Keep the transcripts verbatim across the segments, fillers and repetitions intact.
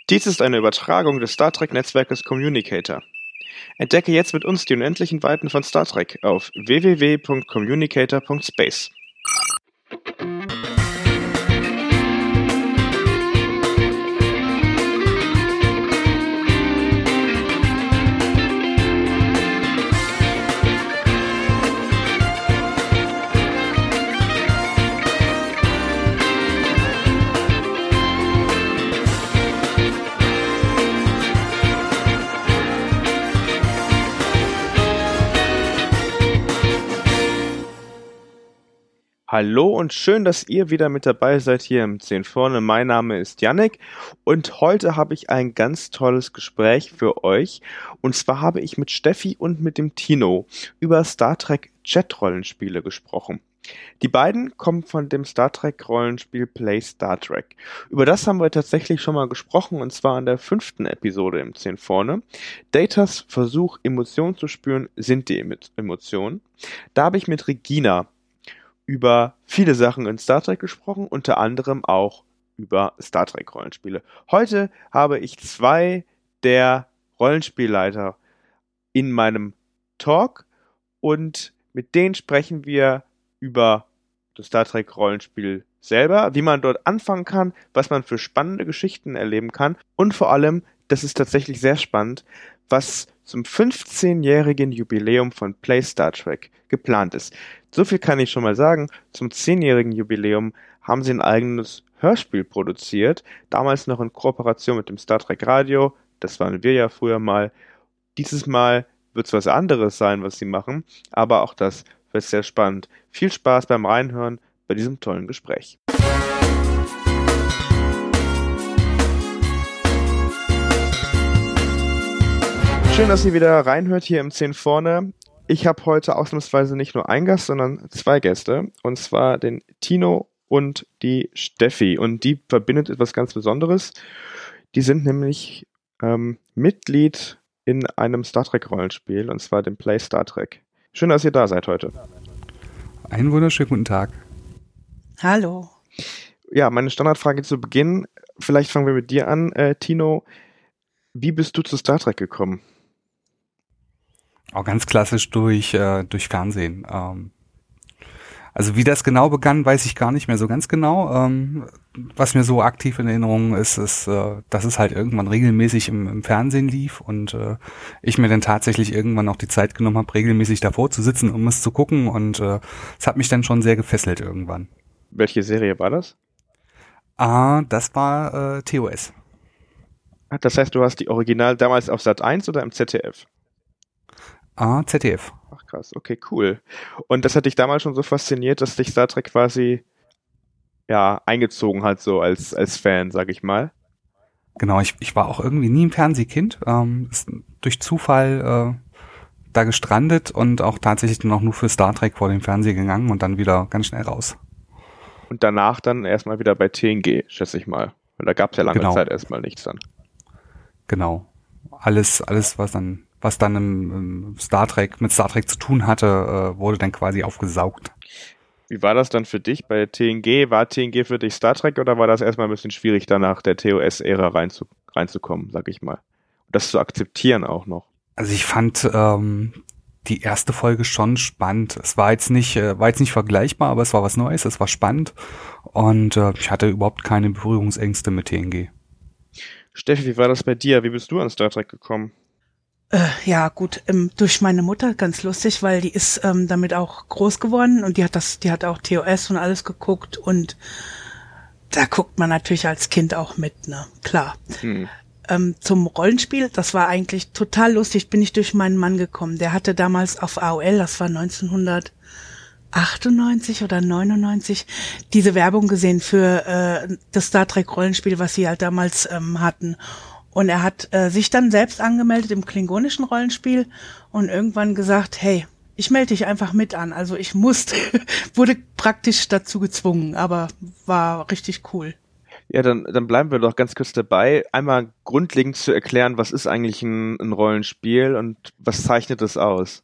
Dies ist eine Übertragung des Star Trek-Netzwerkes Communicator. Entdecke jetzt mit uns die unendlichen Weiten von Star Trek auf w w w punkt communicator punkt space. Hallo und schön, dass ihr wieder mit dabei seid hier im zehn vorne. Mein Name ist Yannick und heute habe ich ein ganz tolles Gespräch für euch. Und zwar habe ich mit Steffi und mit dem Tino über Star Trek Chat-Rollenspiele gesprochen. Die beiden kommen von dem Star Trek Rollenspiel Play Star Trek. Über das haben wir tatsächlich schon mal gesprochen und zwar in der fünften Episode im zehn vorne. Datas Versuch, Emotionen zu spüren, sind die Emotionen. Da habe ich mit Regina über viele Sachen in Star Trek gesprochen, unter anderem auch über Star Trek Rollenspiele. Heute habe ich zwei der Rollenspielleiter in meinem Talk und mit denen sprechen wir über das Star Trek Rollenspiel selber, wie man dort anfangen kann, was man für spannende Geschichten erleben kann und vor allem, das ist tatsächlich sehr spannend, was zum fünfzehnjährigen Jubiläum von Play Star Trek geplant ist. So viel kann ich schon mal sagen, zum zehnjährigen Jubiläum haben sie ein eigenes Hörspiel produziert, damals noch in Kooperation mit dem Star Trek Radio, das waren wir ja früher mal. Dieses Mal wird es was anderes sein, was sie machen, aber auch das wird sehr spannend. Viel Spaß beim Reinhören bei diesem tollen Gespräch. Schön, dass ihr wieder reinhört hier im zehn vorne. Ich habe heute ausnahmsweise nicht nur einen Gast, sondern zwei Gäste. Und zwar den Tino und die Steffi. Und die verbindet etwas ganz Besonderes. Die sind nämlich ähm, Mitglied in einem Star Trek Rollenspiel, und zwar dem Play Star Trek. Schön, dass ihr da seid heute. Einen wunderschönen guten Tag. Hallo. Ja, meine Standardfrage zu Beginn. Vielleicht fangen wir mit dir an, äh, Tino. Wie bist du zu Star Trek gekommen? Auch ganz klassisch durch äh, durch Fernsehen. Ähm, also wie das genau begann, weiß ich gar nicht mehr so ganz genau. Ähm, was mir so aktiv in Erinnerung ist, ist, äh, dass es halt irgendwann regelmäßig im, im Fernsehen lief und äh, ich mir dann tatsächlich irgendwann auch die Zeit genommen habe, regelmäßig davor zu sitzen, um es zu gucken, und äh, es hat mich dann schon sehr gefesselt irgendwann. Welche Serie war das? Ah, das war äh, T O S. Das heißt, du hast die Original damals auf Sat eins oder im Z D F? Ah, Z D F. Ach krass, okay, cool. Und das hat dich damals schon so fasziniert, dass dich Star Trek quasi ja eingezogen hat, so als als Fan, sag ich mal. Genau, ich ich war auch irgendwie nie ein Fernsehkind. Ähm, ist durch Zufall äh, da gestrandet und auch tatsächlich dann auch nur für Star Trek vor dem Fernseher gegangen und dann wieder ganz schnell raus. Und danach dann erstmal wieder bei T N G, schätze ich mal. Weil da gab es ja lange Genau. Zeit erstmal nichts dann. Genau. Alles, alles, was dann, was dann im, im Star Trek, mit Star Trek zu tun hatte, äh, wurde dann quasi aufgesaugt. Wie war das dann für dich bei T N G? War T N G für dich Star Trek oder war das erstmal ein bisschen schwierig, danach der T O S-Ära reinzu, reinzukommen, sag ich mal? Und das zu akzeptieren auch noch. Also ich fand ähm, die erste Folge schon spannend. Es war jetzt nicht, äh, war jetzt nicht vergleichbar, aber es war was Neues, es war spannend und äh, ich hatte überhaupt keine Berührungsängste mit T N G. Steffi, wie war das bei dir? Wie bist du an Star Trek gekommen? Äh, ja, gut, ähm, durch meine Mutter, ganz lustig, weil die ist ähm, damit auch groß geworden und die hat das, die hat auch T O S und alles geguckt und da guckt man natürlich als Kind auch mit, ne, klar. Hm. Ähm, zum Rollenspiel, das war eigentlich total lustig, bin ich durch meinen Mann gekommen. Der hatte damals auf A O L, das war neunzehnhundertachtundneunzig oder neunundneunzig, diese Werbung gesehen für äh, das Star Trek Rollenspiel, was sie halt damals ähm, hatten. Und er hat äh, sich dann selbst angemeldet im klingonischen Rollenspiel und irgendwann gesagt, hey, ich melde dich einfach mit an. Also ich musste, wurde praktisch dazu gezwungen, aber war richtig cool. Ja, dann, dann bleiben wir doch ganz kurz dabei, einmal grundlegend zu erklären, was ist eigentlich ein, ein Rollenspiel und was zeichnet es aus?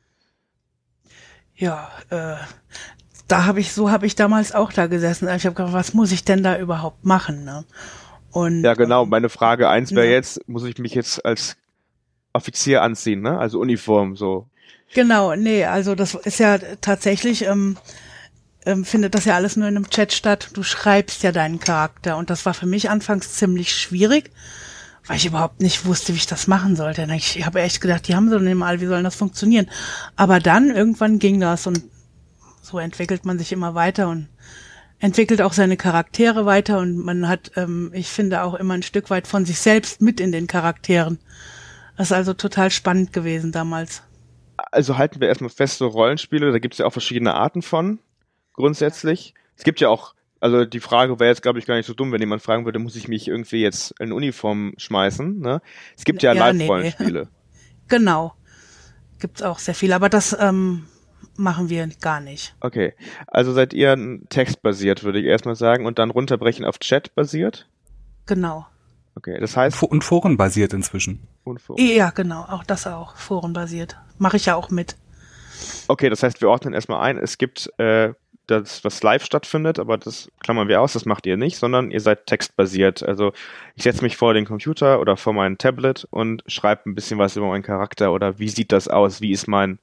Ja, äh, da habe ich, so habe ich damals auch da gesessen. Ich habe gedacht, was muss ich denn da überhaupt machen, ne? Und, ja, genau. Meine Frage eins wäre ja. jetzt, muss ich mich jetzt als Offizier anziehen, ne? Also Uniform, so. Genau, nee, also das ist ja tatsächlich, ähm, ähm, findet das ja alles nur in einem Chat statt. Du schreibst ja deinen Charakter und das war für mich anfangs ziemlich schwierig, weil ich überhaupt nicht wusste, wie ich das machen sollte. Ich habe echt gedacht, die haben so nicht mal, wie soll das funktionieren? Aber dann irgendwann ging das und so entwickelt man sich immer weiter und entwickelt auch seine Charaktere weiter und man hat, ähm, ich finde, auch immer ein Stück weit von sich selbst mit in den Charakteren. Das ist also total spannend gewesen damals. Also halten wir erstmal fest, so Rollenspiele, da gibt es ja auch verschiedene Arten von, grundsätzlich. Es gibt ja auch, also die Frage wäre jetzt, glaube ich, gar nicht so dumm, wenn jemand fragen würde, muss ich mich irgendwie jetzt in Uniform schmeißen, ne? Es gibt ja, ja Live-Rollenspiele. Nee. Genau. Gibt's auch sehr viel, aber das ähm, machen wir gar nicht. Okay, also seid ihr textbasiert, würde ich erstmal sagen, und dann runterbrechen auf Chat basiert? Genau. Okay, das heißt... Und forenbasiert inzwischen. Und Foren. Ja, genau, auch das auch, forenbasiert. Mache ich ja auch mit. Okay, das heißt, wir ordnen erstmal ein, es gibt äh, das, was live stattfindet, aber das klammern wir aus, das macht ihr nicht, sondern ihr seid textbasiert. Also ich setze mich vor den Computer oder vor mein Tablet und schreibe ein bisschen was über meinen Charakter oder wie sieht das aus, wie ist mein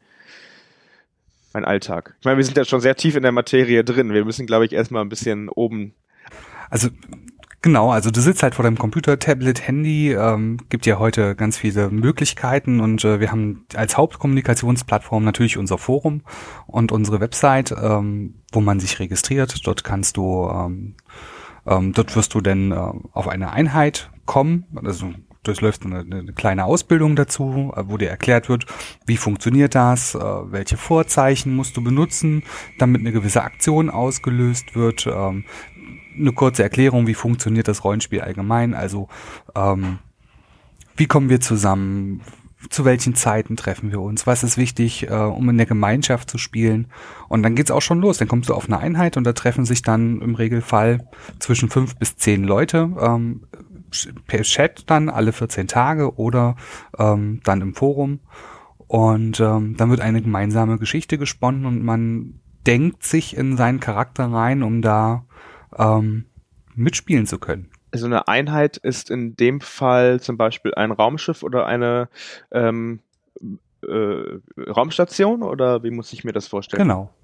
mein Alltag. Ich meine, wir sind ja schon sehr tief in der Materie drin. Wir müssen, glaube ich, erstmal ein bisschen oben. Also genau, also du sitzt halt vor deinem Computer, Tablet, Handy, ähm, gibt ja heute ganz viele Möglichkeiten und äh, wir haben als Hauptkommunikationsplattform natürlich unser Forum und unsere Website, ähm, wo man sich registriert. Dort kannst du, ähm, ähm, dort wirst du dann äh, auf eine Einheit kommen, also durchläufst eine, eine kleine Ausbildung dazu, wo dir erklärt wird, wie funktioniert das, äh, welche Vorzeichen musst du benutzen, damit eine gewisse Aktion ausgelöst wird, ähm, eine kurze Erklärung, wie funktioniert das Rollenspiel allgemein, also ähm, wie kommen wir zusammen, zu welchen Zeiten treffen wir uns, was ist wichtig, äh, um in der Gemeinschaft zu spielen, und dann geht's auch schon los, dann kommst du auf eine Einheit und da treffen sich dann im Regelfall zwischen fünf bis zehn Leute, ähm, per Chat dann alle vierzehn Tage oder ähm, dann im Forum, und ähm, dann wird eine gemeinsame Geschichte gesponnen und man denkt sich in seinen Charakter rein, um da ähm, mitspielen zu können. Also eine Einheit ist in dem Fall zum Beispiel ein Raumschiff oder eine ähm, äh, Raumstation, oder wie muss ich mir das vorstellen? Genau.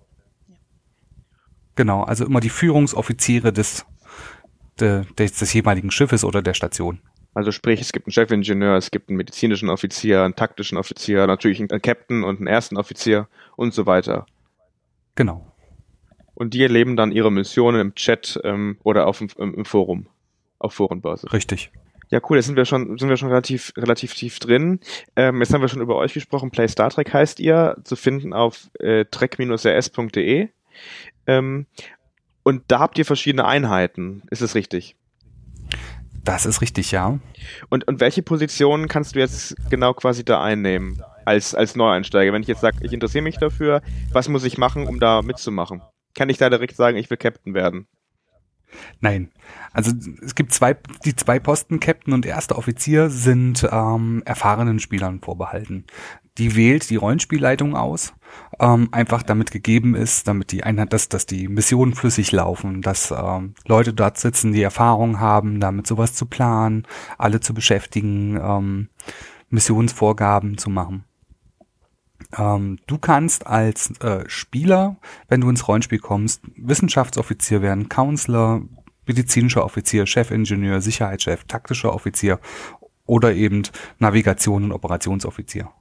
Genau, also immer die Führungsoffiziere des Des, des jeweiligen Schiffes oder der Station. Also sprich, es gibt einen Chefingenieur, es gibt einen medizinischen Offizier, einen taktischen Offizier, natürlich einen Captain und einen ersten Offizier und so weiter. Genau. Und die erleben dann ihre Missionen im Chat ähm, oder auf dem, im, im Forum, auf Forenbasis. Richtig. Ja, cool, jetzt sind wir schon, sind wir schon relativ, relativ tief drin. Ähm, jetzt haben wir schon über euch gesprochen. Play Star Trek heißt ihr, zu finden auf äh, trek Bindestrich r s Punkt d e. Ähm, Und da habt ihr verschiedene Einheiten, ist es richtig? Das ist richtig, ja. Und, und welche Positionen kannst du jetzt genau quasi da einnehmen, als, als Neueinsteiger? Wenn ich jetzt sage, ich interessiere mich dafür, was muss ich machen, um da mitzumachen? Kann ich da direkt sagen, ich will Captain werden? Nein, also es gibt zwei, die zwei Posten, Captain und erster Offizier, sind ähm, erfahrenen Spielern vorbehalten. Die wählt die Rollenspielleitung aus, ähm, einfach damit gegeben ist, damit die Einheit, dass, dass die Missionen flüssig laufen, dass ähm, Leute dort sitzen, die Erfahrung haben, damit sowas zu planen, alle zu beschäftigen, ähm, Missionsvorgaben zu machen. Ähm, du kannst als äh, Spieler, wenn du ins Rollenspiel kommst, Wissenschaftsoffizier werden, Counselor, medizinischer Offizier, Chefingenieur, Sicherheitschef, taktischer Offizier oder eben Navigation- und Operationsoffizier.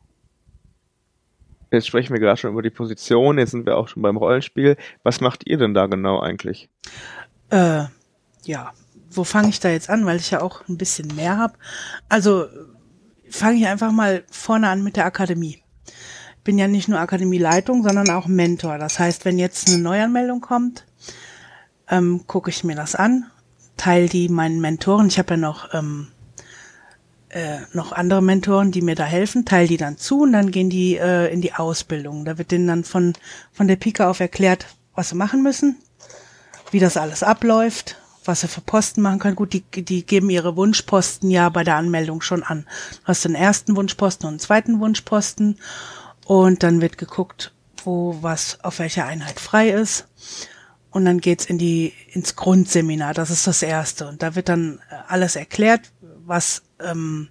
Jetzt sprechen wir gerade schon über die Position, jetzt sind wir auch schon beim Rollenspiel. Was macht ihr denn da genau eigentlich? Äh, ja, wo fange ich da jetzt an, weil ich ja auch ein bisschen mehr habe. Also fange ich einfach mal vorne an mit der Akademie. Ich bin ja nicht nur Akademieleitung, sondern auch Mentor. Das heißt, wenn jetzt eine Neuanmeldung kommt, ähm, gucke ich mir das an, teile die meinen Mentoren. Ich habe ja noch ähm, äh, noch andere Mentoren, die mir da helfen, teile die dann zu und dann gehen die äh, in die Ausbildung. Da wird denen dann von von der Pike auf erklärt, was sie machen müssen, wie das alles abläuft, was sie für Posten machen können. Gut, die die geben ihre Wunschposten ja bei der Anmeldung schon an. Du hast den ersten Wunschposten und einen zweiten Wunschposten und dann wird geguckt, wo was auf welcher Einheit frei ist. und dann geht's in die ins Grundseminar, das ist das erste. Und da wird dann alles erklärt, was ähm,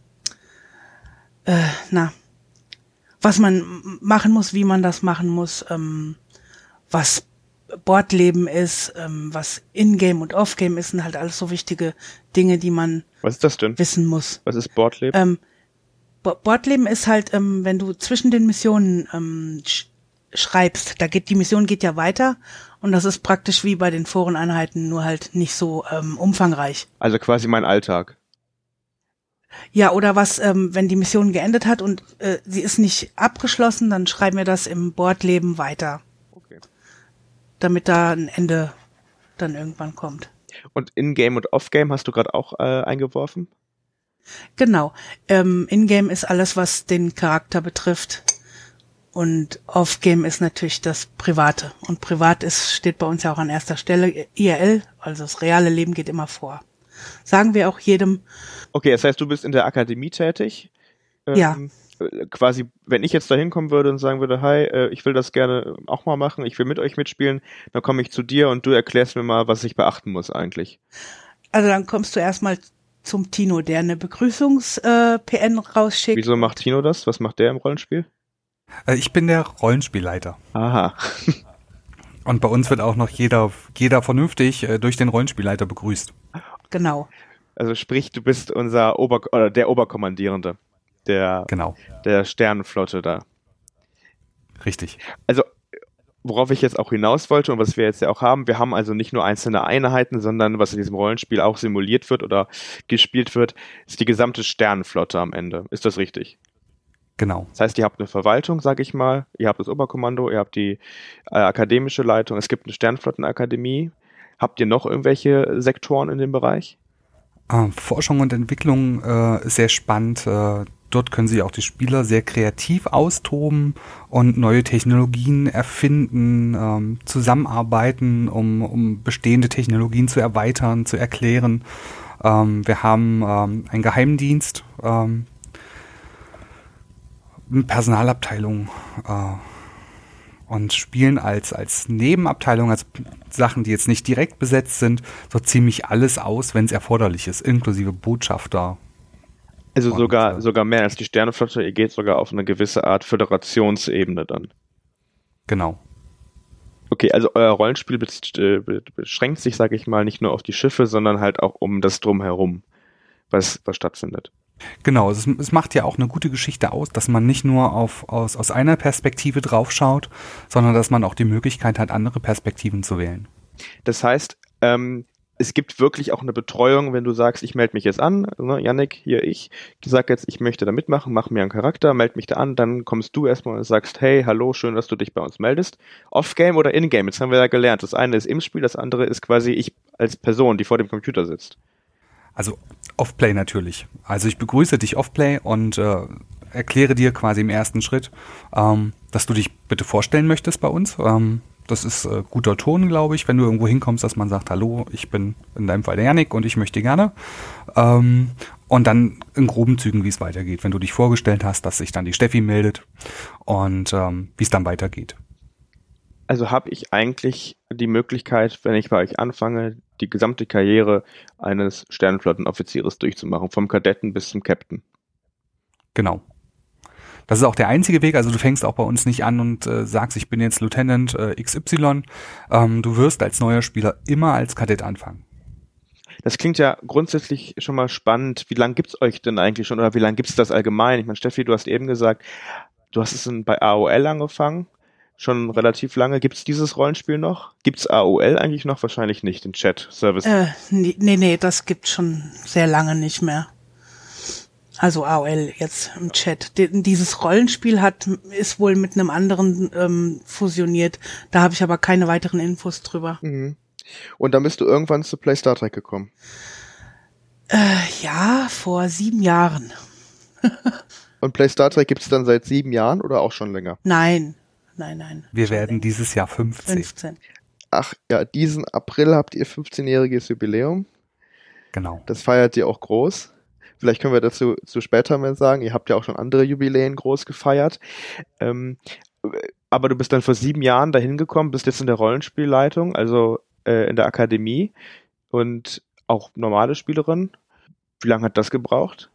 äh, na was man machen muss, wie man das machen muss, ähm, was Boardleben ist, ähm, was In-Game und Off-Game ist, sind halt alles so wichtige Dinge, die man Was ist das denn? wissen muss. Was ist Boardleben? Ähm, Bo- Boardleben ist halt, ähm, wenn du zwischen den Missionen ähm, sch- schreibst, da geht die Mission geht ja weiter und das ist praktisch wie bei den Foreneinheiten, nur halt nicht so ähm, umfangreich. Also quasi mein Alltag. Ja, oder was, ähm, wenn die Mission geendet hat und äh, sie ist nicht abgeschlossen, dann schreiben wir das im Boardleben weiter, Okay. damit da ein Ende dann irgendwann kommt. Und In-Game und Off-Game hast du gerade auch äh, eingeworfen? Genau. Ähm, In-Game ist alles, was den Charakter betrifft. Und Off-Game ist natürlich das Private. Und Privat ist, steht bei uns ja auch an erster Stelle. I R L, also das reale Leben, geht immer vor. Sagen wir auch jedem. Okay, das heißt, du bist in der Akademie tätig. Ähm, Ja. äh, Quasi, wenn ich jetzt da hinkommen würde und sagen würde, hi, äh, ich will das gerne auch mal machen, ich will mit euch mitspielen, dann komme ich zu dir und du erklärst mir mal, was ich beachten muss eigentlich. Also dann kommst du erstmal zum Tino, der eine Begrüßungs-P N rausschickt. Wieso macht Tino das? Was macht der im Rollenspiel? Äh, ich bin der Rollenspielleiter. Aha. Und bei uns wird auch noch jeder, jeder vernünftig äh, durch den Rollenspielleiter begrüßt. Genau. Also sprich, du bist unser Ober oder der Oberkommandierende der, Genau, der Sternenflotte da. richtig. Also, worauf ich jetzt auch hinaus wollte und was wir jetzt ja auch haben, wir haben also nicht nur einzelne Einheiten, sondern was in diesem Rollenspiel auch simuliert wird oder gespielt wird, ist die gesamte Sternenflotte am Ende. Ist das richtig? Genau. Das heißt, ihr habt eine Verwaltung, sag ich mal, ihr habt das Oberkommando, ihr habt die äh, akademische Leitung, es gibt eine Sternenflottenakademie. Habt ihr noch irgendwelche Sektoren in dem Bereich? Äh, Forschung und Entwicklung äh, ist sehr spannend. Äh, dort können sich auch die Spieler sehr kreativ austoben und neue Technologien erfinden, ähm, zusammenarbeiten, um, um bestehende Technologien zu erweitern, zu erklären. Ähm, wir haben ähm, einen Geheimdienst, ähm, eine Personalabteilung äh, und spielen als, als Nebenabteilung, als Sachen, die jetzt nicht direkt besetzt sind, so ziemlich alles aus, wenn es erforderlich ist, inklusive Botschafter. Also Und, sogar, äh, sogar mehr als die Sternenflotte, ihr geht sogar auf eine gewisse Art Föderationsebene dann. Genau. Okay, also euer Rollenspiel beschränkt sich, sage ich mal, nicht nur auf die Schiffe, sondern halt auch um das Drumherum, was, was stattfindet. Genau, es, es macht ja auch eine gute Geschichte aus, dass man nicht nur auf, aus, aus einer Perspektive drauf schaut, sondern dass man auch die Möglichkeit hat, andere Perspektiven zu wählen. Das heißt, ähm, es gibt wirklich auch eine Betreuung, wenn du sagst, ich melde mich jetzt an, ne, Yannick, hier ich, ich sag jetzt, ich möchte da mitmachen, mach mir einen Charakter, melde mich da an, dann kommst du erstmal und sagst, hey, hallo, schön, dass du dich bei uns meldest. Off-Game oder In-Game, jetzt haben wir ja gelernt, das eine ist im Spiel, das andere ist quasi ich als Person, die vor dem Computer sitzt. Also Offplay natürlich. Also ich begrüße dich Offplay und äh, erkläre dir quasi im ersten Schritt, ähm, dass du dich bitte vorstellen möchtest bei uns. Ähm, das ist äh, guter Ton, glaube ich, wenn du irgendwo hinkommst, dass man sagt, hallo, ich bin in deinem Fall der Yannick und ich möchte gerne. Ähm, und dann in groben Zügen, wie es weitergeht. Wenn du dich vorgestellt hast, dass sich dann die Steffi meldet und ähm, wie es dann weitergeht. Also habe ich eigentlich die Möglichkeit, wenn ich bei euch anfange, die gesamte Karriere eines Sternenflottenoffiziers durchzumachen, vom Kadetten bis zum Captain. Genau. Das ist auch der einzige Weg, also du fängst auch bei uns nicht an und äh, sagst, ich bin jetzt Lieutenant äh, X Y. Ähm, du wirst als neuer Spieler immer als Kadett anfangen. Das klingt ja grundsätzlich schon mal spannend. Wie lange gibt's euch denn eigentlich schon oder wie lange gibt's das allgemein? Ich meine, Steffi, du hast eben gesagt, du hast es in, bei A O L angefangen. Schon relativ lange. Gibt's dieses Rollenspiel noch? Gibt's A O L eigentlich noch? Wahrscheinlich nicht, den Chat-Service. Äh, nee, nee, nee, das gibt's schon sehr lange nicht mehr. Also A O L jetzt im Chat. D- dieses Rollenspiel hat ist wohl mit einem anderen ähm, fusioniert. Da habe ich aber keine weiteren Infos drüber. Mhm. Und dann bist du irgendwann zu Play Star Trek gekommen. Äh, ja, vor sieben Jahren. Und Play Star Trek gibt's dann seit sieben Jahren oder auch schon länger? Nein, nein, nein. Wir werden dieses Jahr fünfzehn. fünfzehn. Ach ja, diesen April habt ihr fünfzehnjähriges Jubiläum. Genau. Das feiert ihr auch groß. Vielleicht können wir dazu zu später mehr sagen. Ihr habt ja auch schon andere Jubiläen groß gefeiert. Ähm, aber du bist dann vor sieben Jahren dahin gekommen, bist jetzt in der Rollenspielleitung. Also äh, in der Akademie und auch normale Spielerin. Wie lange hat das gebraucht?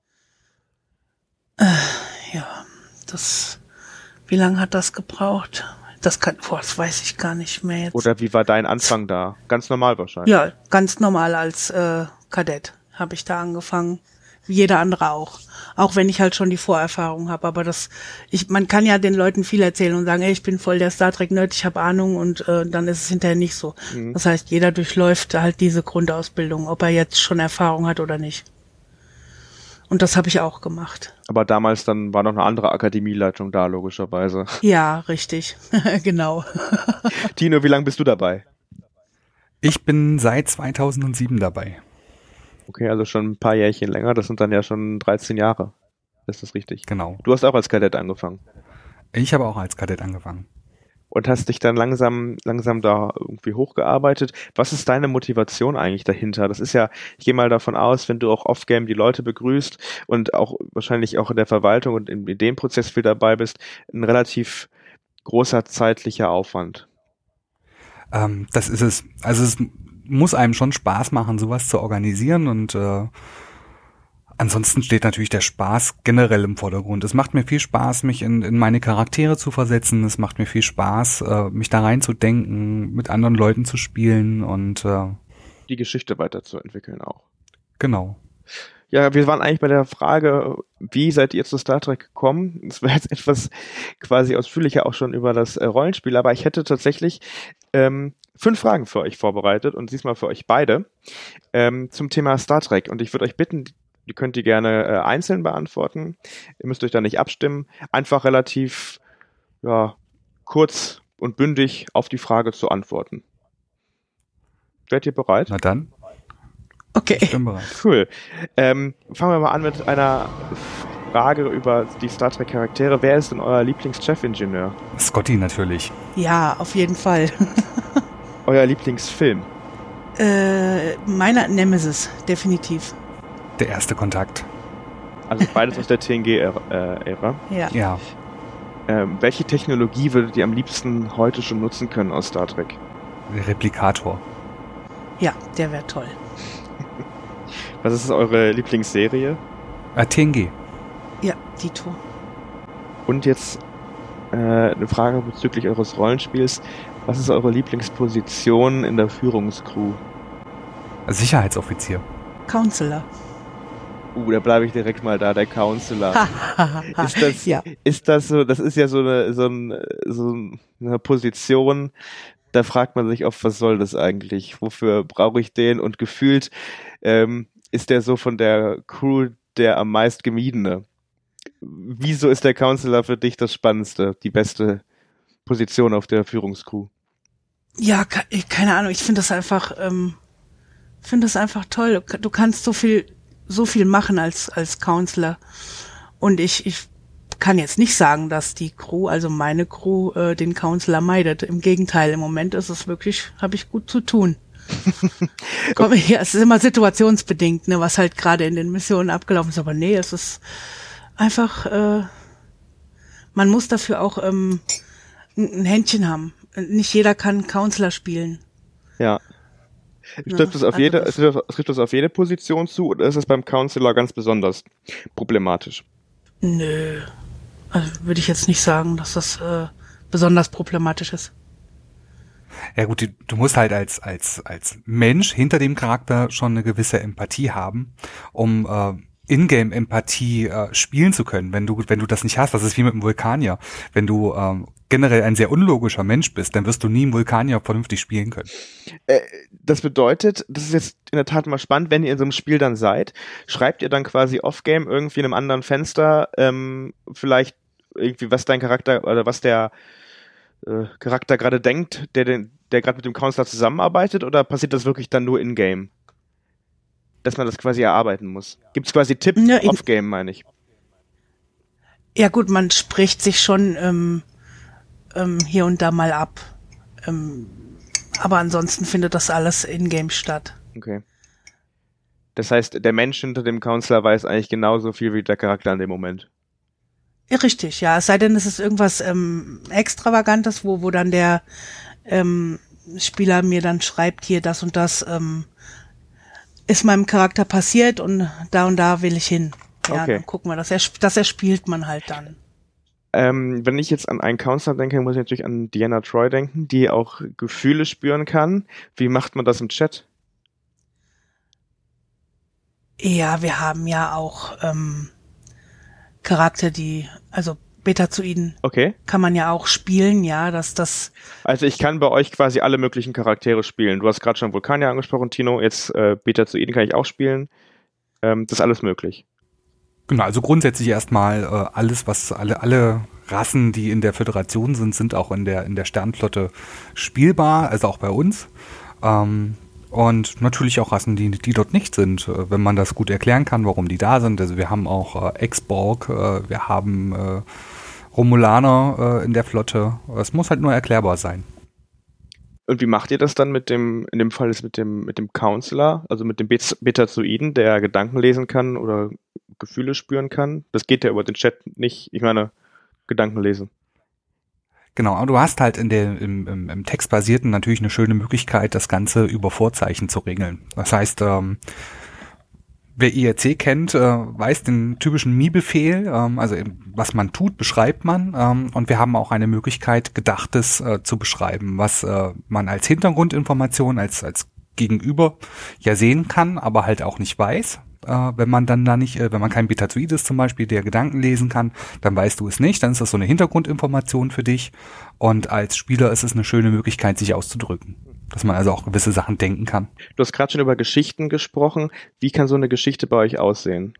Äh, ja, das, wie lange hat das gebraucht? Das kann, boah, das weiß ich gar nicht mehr jetzt. Oder wie war dein Anfang da? Ganz normal wahrscheinlich. Ja, ganz normal als äh, Kadett habe ich da angefangen. Wie jeder andere auch. Auch wenn ich halt schon die Vorerfahrung habe. Aber das, ich, man kann ja den Leuten viel erzählen und sagen, ey, ich bin voll der Star Trek-Nerd, ich habe Ahnung und äh, dann ist es hinterher nicht so. Mhm. Das heißt, jeder durchläuft halt diese Grundausbildung, ob er jetzt schon Erfahrung hat oder nicht. Und das habe ich auch gemacht. Aber damals dann war noch eine andere Akademieleitung da, logischerweise. Ja, richtig. Genau. Tino, wie lange bist du dabei? Ich bin seit zweitausendsieben dabei. Okay, also schon ein paar Jährchen länger. Das sind dann ja schon dreizehn Jahre. Ist das richtig? Genau. Du hast auch als Kadett angefangen. Ich habe auch als Kadett angefangen. Und hast dich dann langsam, langsam da irgendwie hochgearbeitet. Was ist deine Motivation eigentlich dahinter? Das ist ja, ich gehe mal davon aus, wenn du auch off-game die Leute begrüßt und auch wahrscheinlich auch in der Verwaltung und im Ideenprozess viel dabei bist, ein relativ großer zeitlicher Aufwand. Ähm, das ist es. Also es muss einem schon Spaß machen, sowas zu organisieren und äh, ansonsten steht natürlich der Spaß generell im Vordergrund. Es macht mir viel Spaß, mich in, in meine Charaktere zu versetzen. Es macht mir viel Spaß, äh, mich da reinzudenken, mit anderen Leuten zu spielen und äh, die Geschichte weiterzuentwickeln auch. Genau. Ja, wir waren eigentlich bei der Frage, wie seid ihr zu Star Trek gekommen? Das war jetzt etwas quasi ausführlicher auch schon über das äh, Rollenspiel, aber ich hätte tatsächlich ähm, fünf Fragen für euch vorbereitet und diesmal für euch beide ähm, zum Thema Star Trek. Und ich würde euch bitten, die könnt ihr gerne äh, einzeln beantworten. Ihr müsst euch da nicht abstimmen. Einfach relativ ja, kurz und bündig auf die Frage zu antworten. Werdet ihr bereit? Na dann. Okay. Ich bin bereit. Cool. Ähm, fangen wir mal an mit einer Frage über die Star Trek Charaktere. Wer ist denn euer Lieblings-Chefingenieur? Scotty natürlich. Ja, auf jeden Fall. Euer Lieblingsfilm? Äh, meiner Nemesis, definitiv. Der erste Kontakt. Also beides aus der T N G-Ära. Ja. Ja. Ähm, welche Technologie würdet ihr am liebsten heute schon nutzen können aus Star Trek? Der Replikator. Ja, der wäre toll. Was ist eure Lieblingsserie? Äh, T N G. Ja, Dito. Und jetzt äh, eine Frage bezüglich eures Rollenspiels. Was ist eure Lieblingsposition in der Führungscrew? Sicherheitsoffizier. Counselor. Uh, da bleibe ich direkt mal da, der Counselor. ist das, ja. ist das so, das ist ja so eine, so, ein, so eine Position, da fragt man sich oft, was soll das eigentlich? Wofür brauche ich den? Und gefühlt ähm, ist der so von der Crew der am meist gemiedene. Wieso ist der Counselor für dich das Spannendste, die beste Position auf der Führungscrew? Ja, keine Ahnung, ich finde das einfach, ähm, finde das einfach toll. Du kannst so viel, so viel machen als, als Counselor. Und ich, ich kann jetzt nicht sagen, dass die Crew, also meine Crew, äh, den Counselor meidet. Im Gegenteil, im Moment ist es wirklich, habe ich gut zu tun. Komm, ja, es ist immer situationsbedingt, ne, was halt gerade in den Missionen abgelaufen ist. Aber nee, es ist einfach, äh, man muss dafür auch ähm, ein Händchen haben. Nicht jeder kann Counselor spielen. Ja. Trifft es auf also jede, trifft das auf jede Position zu oder ist es beim Counselor ganz besonders problematisch? Nö. Also würde ich jetzt nicht sagen, dass das äh, besonders problematisch ist. Ja gut, du, du musst halt als als als Mensch hinter dem Charakter schon eine gewisse Empathie haben, um äh, Ingame-Empathie äh, spielen zu können. Wenn du wenn du das nicht hast, das ist wie mit dem Vulkanier. Wenn du ähm, generell ein sehr unlogischer Mensch bist, dann wirst du nie einen Vulkanier vernünftig spielen können. Äh, das bedeutet, das ist jetzt in der Tat mal spannend, wenn ihr in so einem Spiel dann seid, schreibt ihr dann quasi off-game irgendwie in einem anderen Fenster ähm, vielleicht irgendwie, was dein Charakter oder was der äh, Charakter gerade denkt, der den, der gerade mit dem Counselor zusammenarbeitet, oder passiert das wirklich dann nur in-game? Dass man das quasi erarbeiten muss. Gibt es quasi Tipps ja, off-game, meine ich? Ja gut, man spricht sich schon ähm, ähm, hier und da mal ab. Ähm, aber ansonsten findet das alles in-game statt. Okay. Das heißt, der Mensch hinter dem Counselor weiß eigentlich genauso viel wie der Charakter in dem Moment. Ja, richtig, ja. Es sei denn, es ist irgendwas ähm, Extravagantes, wo wo dann der ähm, Spieler mir dann schreibt, hier das und das ähm, ist meinem Charakter passiert und da und da will ich hin. Ja, okay. Dann gucken wir, das, ers- das erspielt man halt dann. Ähm, wenn ich jetzt an einen Counselor denke, muss ich natürlich an Deanna Troi denken, die auch Gefühle spüren kann. Wie macht man das im Chat? Ja, wir haben ja auch ähm, Charakter, die, also Betazoiden Okay. kann man ja auch spielen, ja, dass das, Also ich kann bei euch quasi alle möglichen Charaktere spielen. Du hast gerade schon Vulkanier angesprochen, Tino. Jetzt äh, Betazoiden kann ich auch spielen. Ähm, das ist alles möglich. Genau, also grundsätzlich erstmal äh, alles, was alle alle Rassen, die in der Föderation sind, sind auch in der in der Sternflotte spielbar, also auch bei uns. Ähm, und natürlich auch Rassen, die die dort nicht sind, äh, wenn man das gut erklären kann, warum die da sind. Also wir haben auch äh, Ex-Borg, äh, wir haben äh, Romulaner äh, in der Flotte. Es muss halt nur erklärbar sein. Und wie macht ihr das dann mit dem, in dem Fall ist mit dem, mit dem Counselor, also mit dem Bet- Betazoiden, der Gedanken lesen kann oder Gefühle spüren kann? Das geht ja über den Chat nicht. Ich meine, Gedanken lesen. Genau, aber du hast halt in der, im, im, im Textbasierten natürlich eine schöne Möglichkeit, das Ganze über Vorzeichen zu regeln. Das heißt, ähm, wer I R C kennt, äh, weiß den typischen Mi-Befehl, ähm, also eben, was man tut, beschreibt man. Ähm, und wir haben auch eine Möglichkeit, Gedachtes äh, zu beschreiben, was äh, man als Hintergrundinformation, als, als Gegenüber ja sehen kann, aber halt auch nicht weiß. Äh, wenn man dann da nicht, äh, wenn man kein Betazoid ist zum Beispiel, der Gedanken lesen kann, dann weißt du es nicht, dann ist das so eine Hintergrundinformation für dich. Und als Spieler ist es eine schöne Möglichkeit, sich auszudrücken. Dass man also auch gewisse Sachen denken kann. Du hast gerade schon über Geschichten gesprochen. Wie kann so eine Geschichte bei euch aussehen?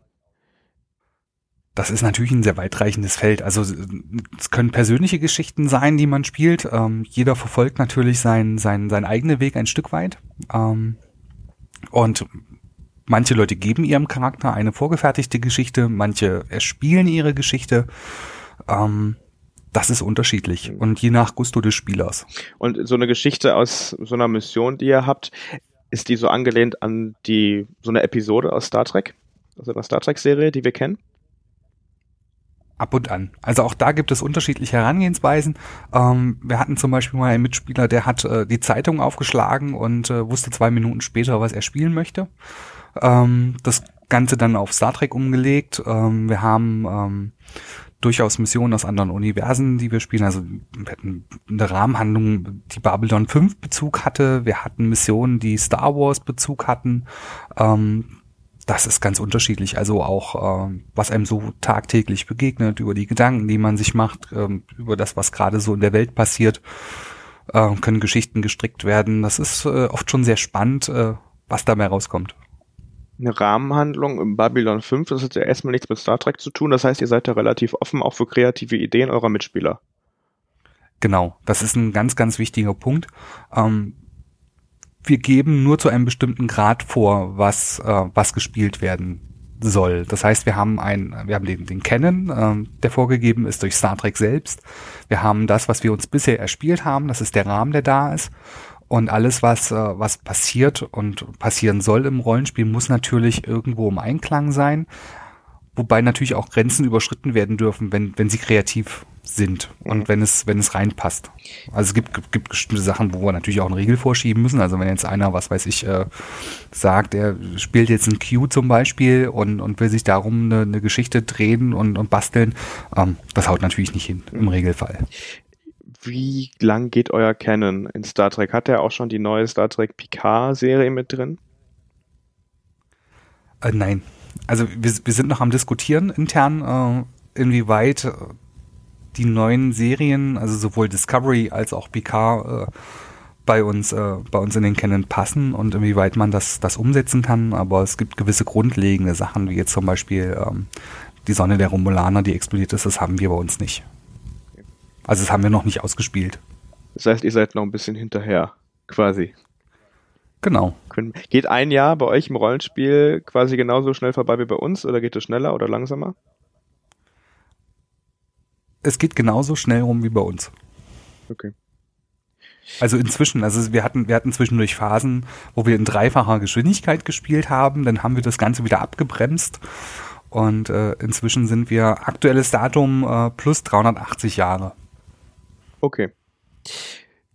Das ist natürlich ein sehr weitreichendes Feld. Also es können persönliche Geschichten sein, die man spielt. Ähm, jeder verfolgt natürlich seinen seinen seinen eigenen Weg ein Stück weit. Ähm, und manche Leute geben ihrem Charakter eine vorgefertigte Geschichte, manche erspielen ihre Geschichte. Ähm, Das ist unterschiedlich und je nach Gusto des Spielers. Und so eine Geschichte aus so einer Mission, die ihr habt, ist die so angelehnt an die so eine Episode aus Star Trek? Also einer Star Trek-Serie, die wir kennen? Ab und an. Also auch da gibt es unterschiedliche Herangehensweisen. Ähm, wir hatten zum Beispiel mal einen Mitspieler, der hat äh, die Zeitung aufgeschlagen und äh, wusste zwei Minuten später, was er spielen möchte. Ähm, das Ganze dann auf Star Trek umgelegt. Ähm, wir haben ähm, durchaus Missionen aus anderen Universen, die wir spielen. Also wir hatten eine Rahmenhandlung, die Babylon fünf Bezug hatte. Wir hatten Missionen, die Star Wars Bezug hatten. Ähm, das ist ganz unterschiedlich. Also auch, ähm, was einem so tagtäglich begegnet, über die Gedanken, die man sich macht, ähm, über das, was gerade so in der Welt passiert, äh, können Geschichten gestrickt werden. Das ist äh, oft schon sehr spannend, äh, was dabei rauskommt. Eine Rahmenhandlung im Babylon fünf, das hat ja erstmal nichts mit Star Trek zu tun. Das heißt, ihr seid da relativ offen auch für kreative Ideen eurer Mitspieler. Genau, das ist ein ganz, ganz wichtiger Punkt. Ähm, wir geben nur zu einem bestimmten Grad vor, was äh, was gespielt werden soll. Das heißt, wir haben einen, wir haben den, den Canon, ähm, der vorgegeben ist durch Star Trek selbst. Wir haben das, was wir uns bisher erspielt haben. Das ist der Rahmen, der da ist. Und alles, was, äh, was passiert und passieren soll im Rollenspiel, muss natürlich irgendwo im Einklang sein. Wobei natürlich auch Grenzen überschritten werden dürfen, wenn, wenn sie kreativ sind und mhm. wenn es, wenn es reinpasst. Also es gibt, gibt, gibt bestimmte Sachen, wo wir natürlich auch einen Riegel vorschieben müssen. Also wenn jetzt einer, was weiß ich, äh, sagt, er spielt jetzt ein Q zum Beispiel und, und will sich darum eine, eine Geschichte drehen und, und basteln, ähm, das haut natürlich nicht hin, im Regelfall. Wie lang geht euer Canon in Star Trek? Hat er auch schon die neue Star Trek Picard-Serie mit drin? Äh, nein. Also wir, wir sind noch am Diskutieren intern, äh, inwieweit äh, die neuen Serien, also sowohl Discovery als auch Picard, äh, bei uns äh, bei uns in den Canon passen und inwieweit man das das umsetzen kann. Aber es gibt gewisse grundlegende Sachen, wie jetzt zum Beispiel ähm, die Sonne der Romulaner, die explodiert ist, das haben wir bei uns nicht. Also das haben wir noch nicht ausgespielt. Das heißt, ihr seid noch ein bisschen hinterher, quasi. Genau. Geht ein Jahr bei euch im Rollenspiel quasi genauso schnell vorbei wie bei uns oder geht es schneller oder langsamer? Es geht genauso schnell rum wie bei uns. Okay. Also inzwischen, also wir hatten, wir hatten zwischendurch Phasen, wo wir in dreifacher Geschwindigkeit gespielt haben, dann haben wir das Ganze wieder abgebremst und äh, inzwischen sind wir aktuelles Datum äh, plus dreihundertachtzig Jahre. Okay.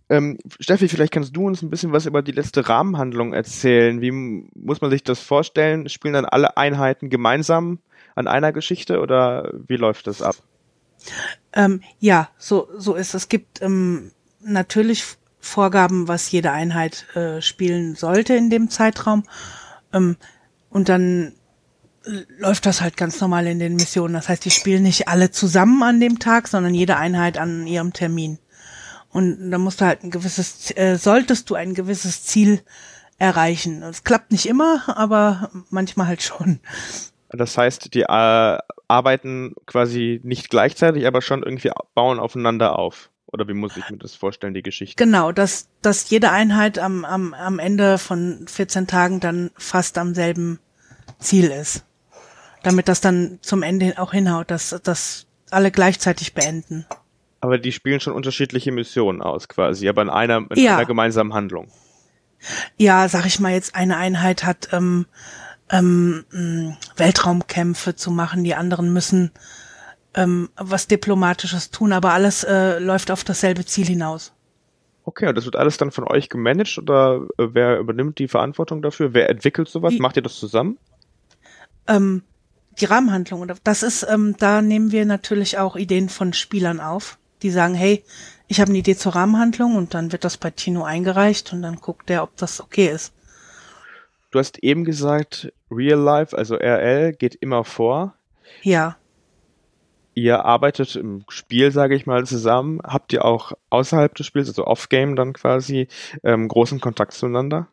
Ähm, Steffi, vielleicht kannst du uns ein bisschen was über die letzte Rahmenhandlung erzählen. Wie m- muss man sich das vorstellen? Spielen dann alle Einheiten gemeinsam an einer Geschichte oder wie läuft das ab? Ähm, ja, so, so ist es. Es gibt ähm, natürlich Vorgaben, was jede Einheit äh, spielen sollte in dem Zeitraum. Ähm, und dann äh, läuft das halt ganz normal in den Missionen. Das heißt, die spielen nicht alle zusammen an dem Tag, sondern jede Einheit an ihrem Termin. Und da musst du halt ein gewisses, äh, solltest du ein gewisses Ziel erreichen. Es klappt nicht immer, aber manchmal halt schon. Das heißt, die äh, arbeiten quasi nicht gleichzeitig, aber schon irgendwie bauen aufeinander auf. Oder wie muss ich mir das vorstellen, die Geschichte? Genau, dass, dass jede Einheit am, am, am Ende von vierzehn Tagen dann fast am selben Ziel ist. Damit das dann zum Ende auch hinhaut, dass, dass alle gleichzeitig beenden. Aber die spielen schon unterschiedliche Missionen aus quasi, aber in einer, in Ja. einer gemeinsamen Handlung. Ja, sag ich mal jetzt, eine Einheit hat ähm, ähm, mh, Weltraumkämpfe zu machen, die anderen müssen ähm, was Diplomatisches tun, aber alles äh, läuft auf dasselbe Ziel hinaus. Okay, und das wird alles dann von euch gemanagt oder äh, wer übernimmt die Verantwortung dafür? Wer entwickelt sowas? Die- Macht ihr das zusammen? Ähm, die Rahmenhandlung, oder das ist, ähm, da nehmen wir natürlich auch Ideen von Spielern auf, die sagen, hey, ich habe eine Idee zur Rahmenhandlung und dann wird das bei Tino eingereicht und dann guckt der, ob das okay ist. Du hast eben gesagt, Real Life, also R L, geht immer vor. Ja, Ihr arbeitet im Spiel, sage ich mal, zusammen. Habt ihr auch außerhalb des Spiels, also off-game dann quasi, ähm, großen Kontakt zueinander?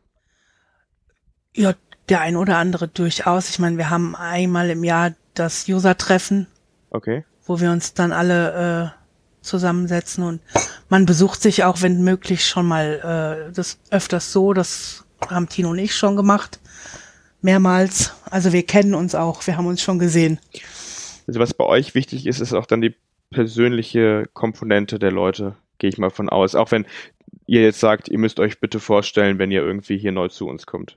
ja, der ein oder andere durchaus. Ich meine, wir haben einmal im Jahr das User-Treffen, Okay. wo wir uns dann alle äh, zusammensetzen und man besucht sich auch, wenn möglich, schon mal äh, das öfters so. Das haben Tino und ich schon gemacht, mehrmals. Also wir kennen uns auch, wir haben uns schon gesehen. Also was bei euch wichtig ist, ist auch dann die persönliche Komponente der Leute, gehe ich mal von aus. Auch wenn ihr jetzt sagt, ihr müsst euch bitte vorstellen, wenn ihr irgendwie hier neu zu uns kommt.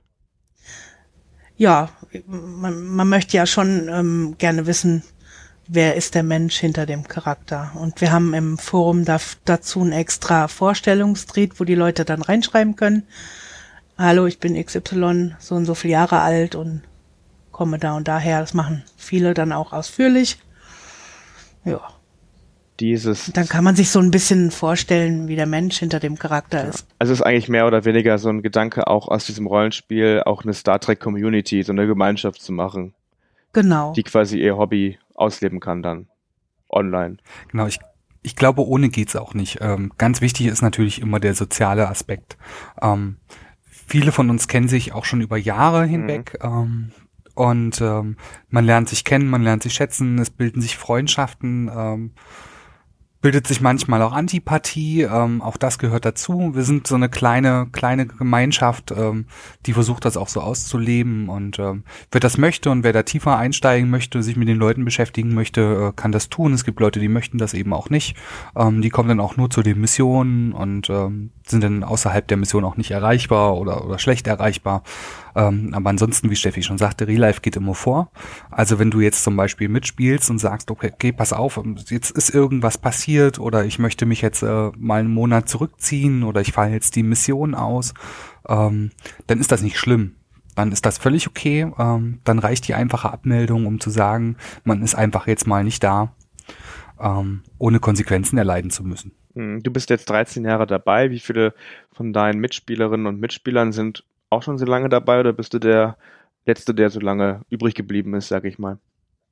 Ja, man, man möchte ja schon ähm, gerne wissen, wer ist der Mensch hinter dem Charakter. Und wir haben im Forum da, dazu ein extra Vorstellungsstreet, wo die Leute dann reinschreiben können, hallo, ich bin X Y, so und so viele Jahre alt und komme da und daher. Das machen viele dann auch ausführlich. Ja, Dieses, dann kann man sich so ein bisschen vorstellen, wie der Mensch hinter dem Charakter ist. also es ist eigentlich mehr oder weniger so ein Gedanke auch aus diesem Rollenspiel, auch eine Star Trek Community, so eine Gemeinschaft zu machen, Genau. die quasi ihr Hobby ausleben kann dann online. Genau, ich, ich glaube, ohne geht's auch nicht. Ähm, ganz wichtig ist natürlich immer der soziale Aspekt. Ähm, viele von uns kennen sich auch schon über Jahre hinweg. Mhm. Ähm, und ähm, man lernt sich kennen, man lernt sich schätzen, es bilden sich Freundschaften, ähm, bildet sich manchmal auch Antipathie, ähm, auch das gehört dazu. Wir sind so eine kleine kleine Gemeinschaft, ähm, die versucht das auch so auszuleben und ähm, wer das möchte und wer da tiefer einsteigen möchte, sich mit den Leuten beschäftigen möchte, äh, kann das tun. Es gibt Leute, die möchten das eben auch nicht. Ähm, die kommen dann auch nur zu den Missionen und ähm, sind dann außerhalb der Mission auch nicht erreichbar oder oder schlecht erreichbar. Ähm, aber ansonsten, wie Steffi schon sagte, Real Life geht immer vor. Also wenn du jetzt zum Beispiel mitspielst und sagst, okay, okay pass auf, jetzt ist irgendwas passiert oder ich möchte mich jetzt äh, mal einen Monat zurückziehen oder ich falle jetzt die Mission aus, ähm, dann ist das nicht schlimm. Dann ist das völlig okay. Ähm, dann reicht die einfache Abmeldung, um zu sagen, man ist einfach jetzt mal nicht da, ähm, ohne Konsequenzen erleiden zu müssen. Du bist jetzt dreizehn Jahre dabei. Wie viele von deinen Mitspielerinnen und Mitspielern sind auch schon so lange dabei oder bist du der Letzte, der so lange übrig geblieben ist, sag ich mal?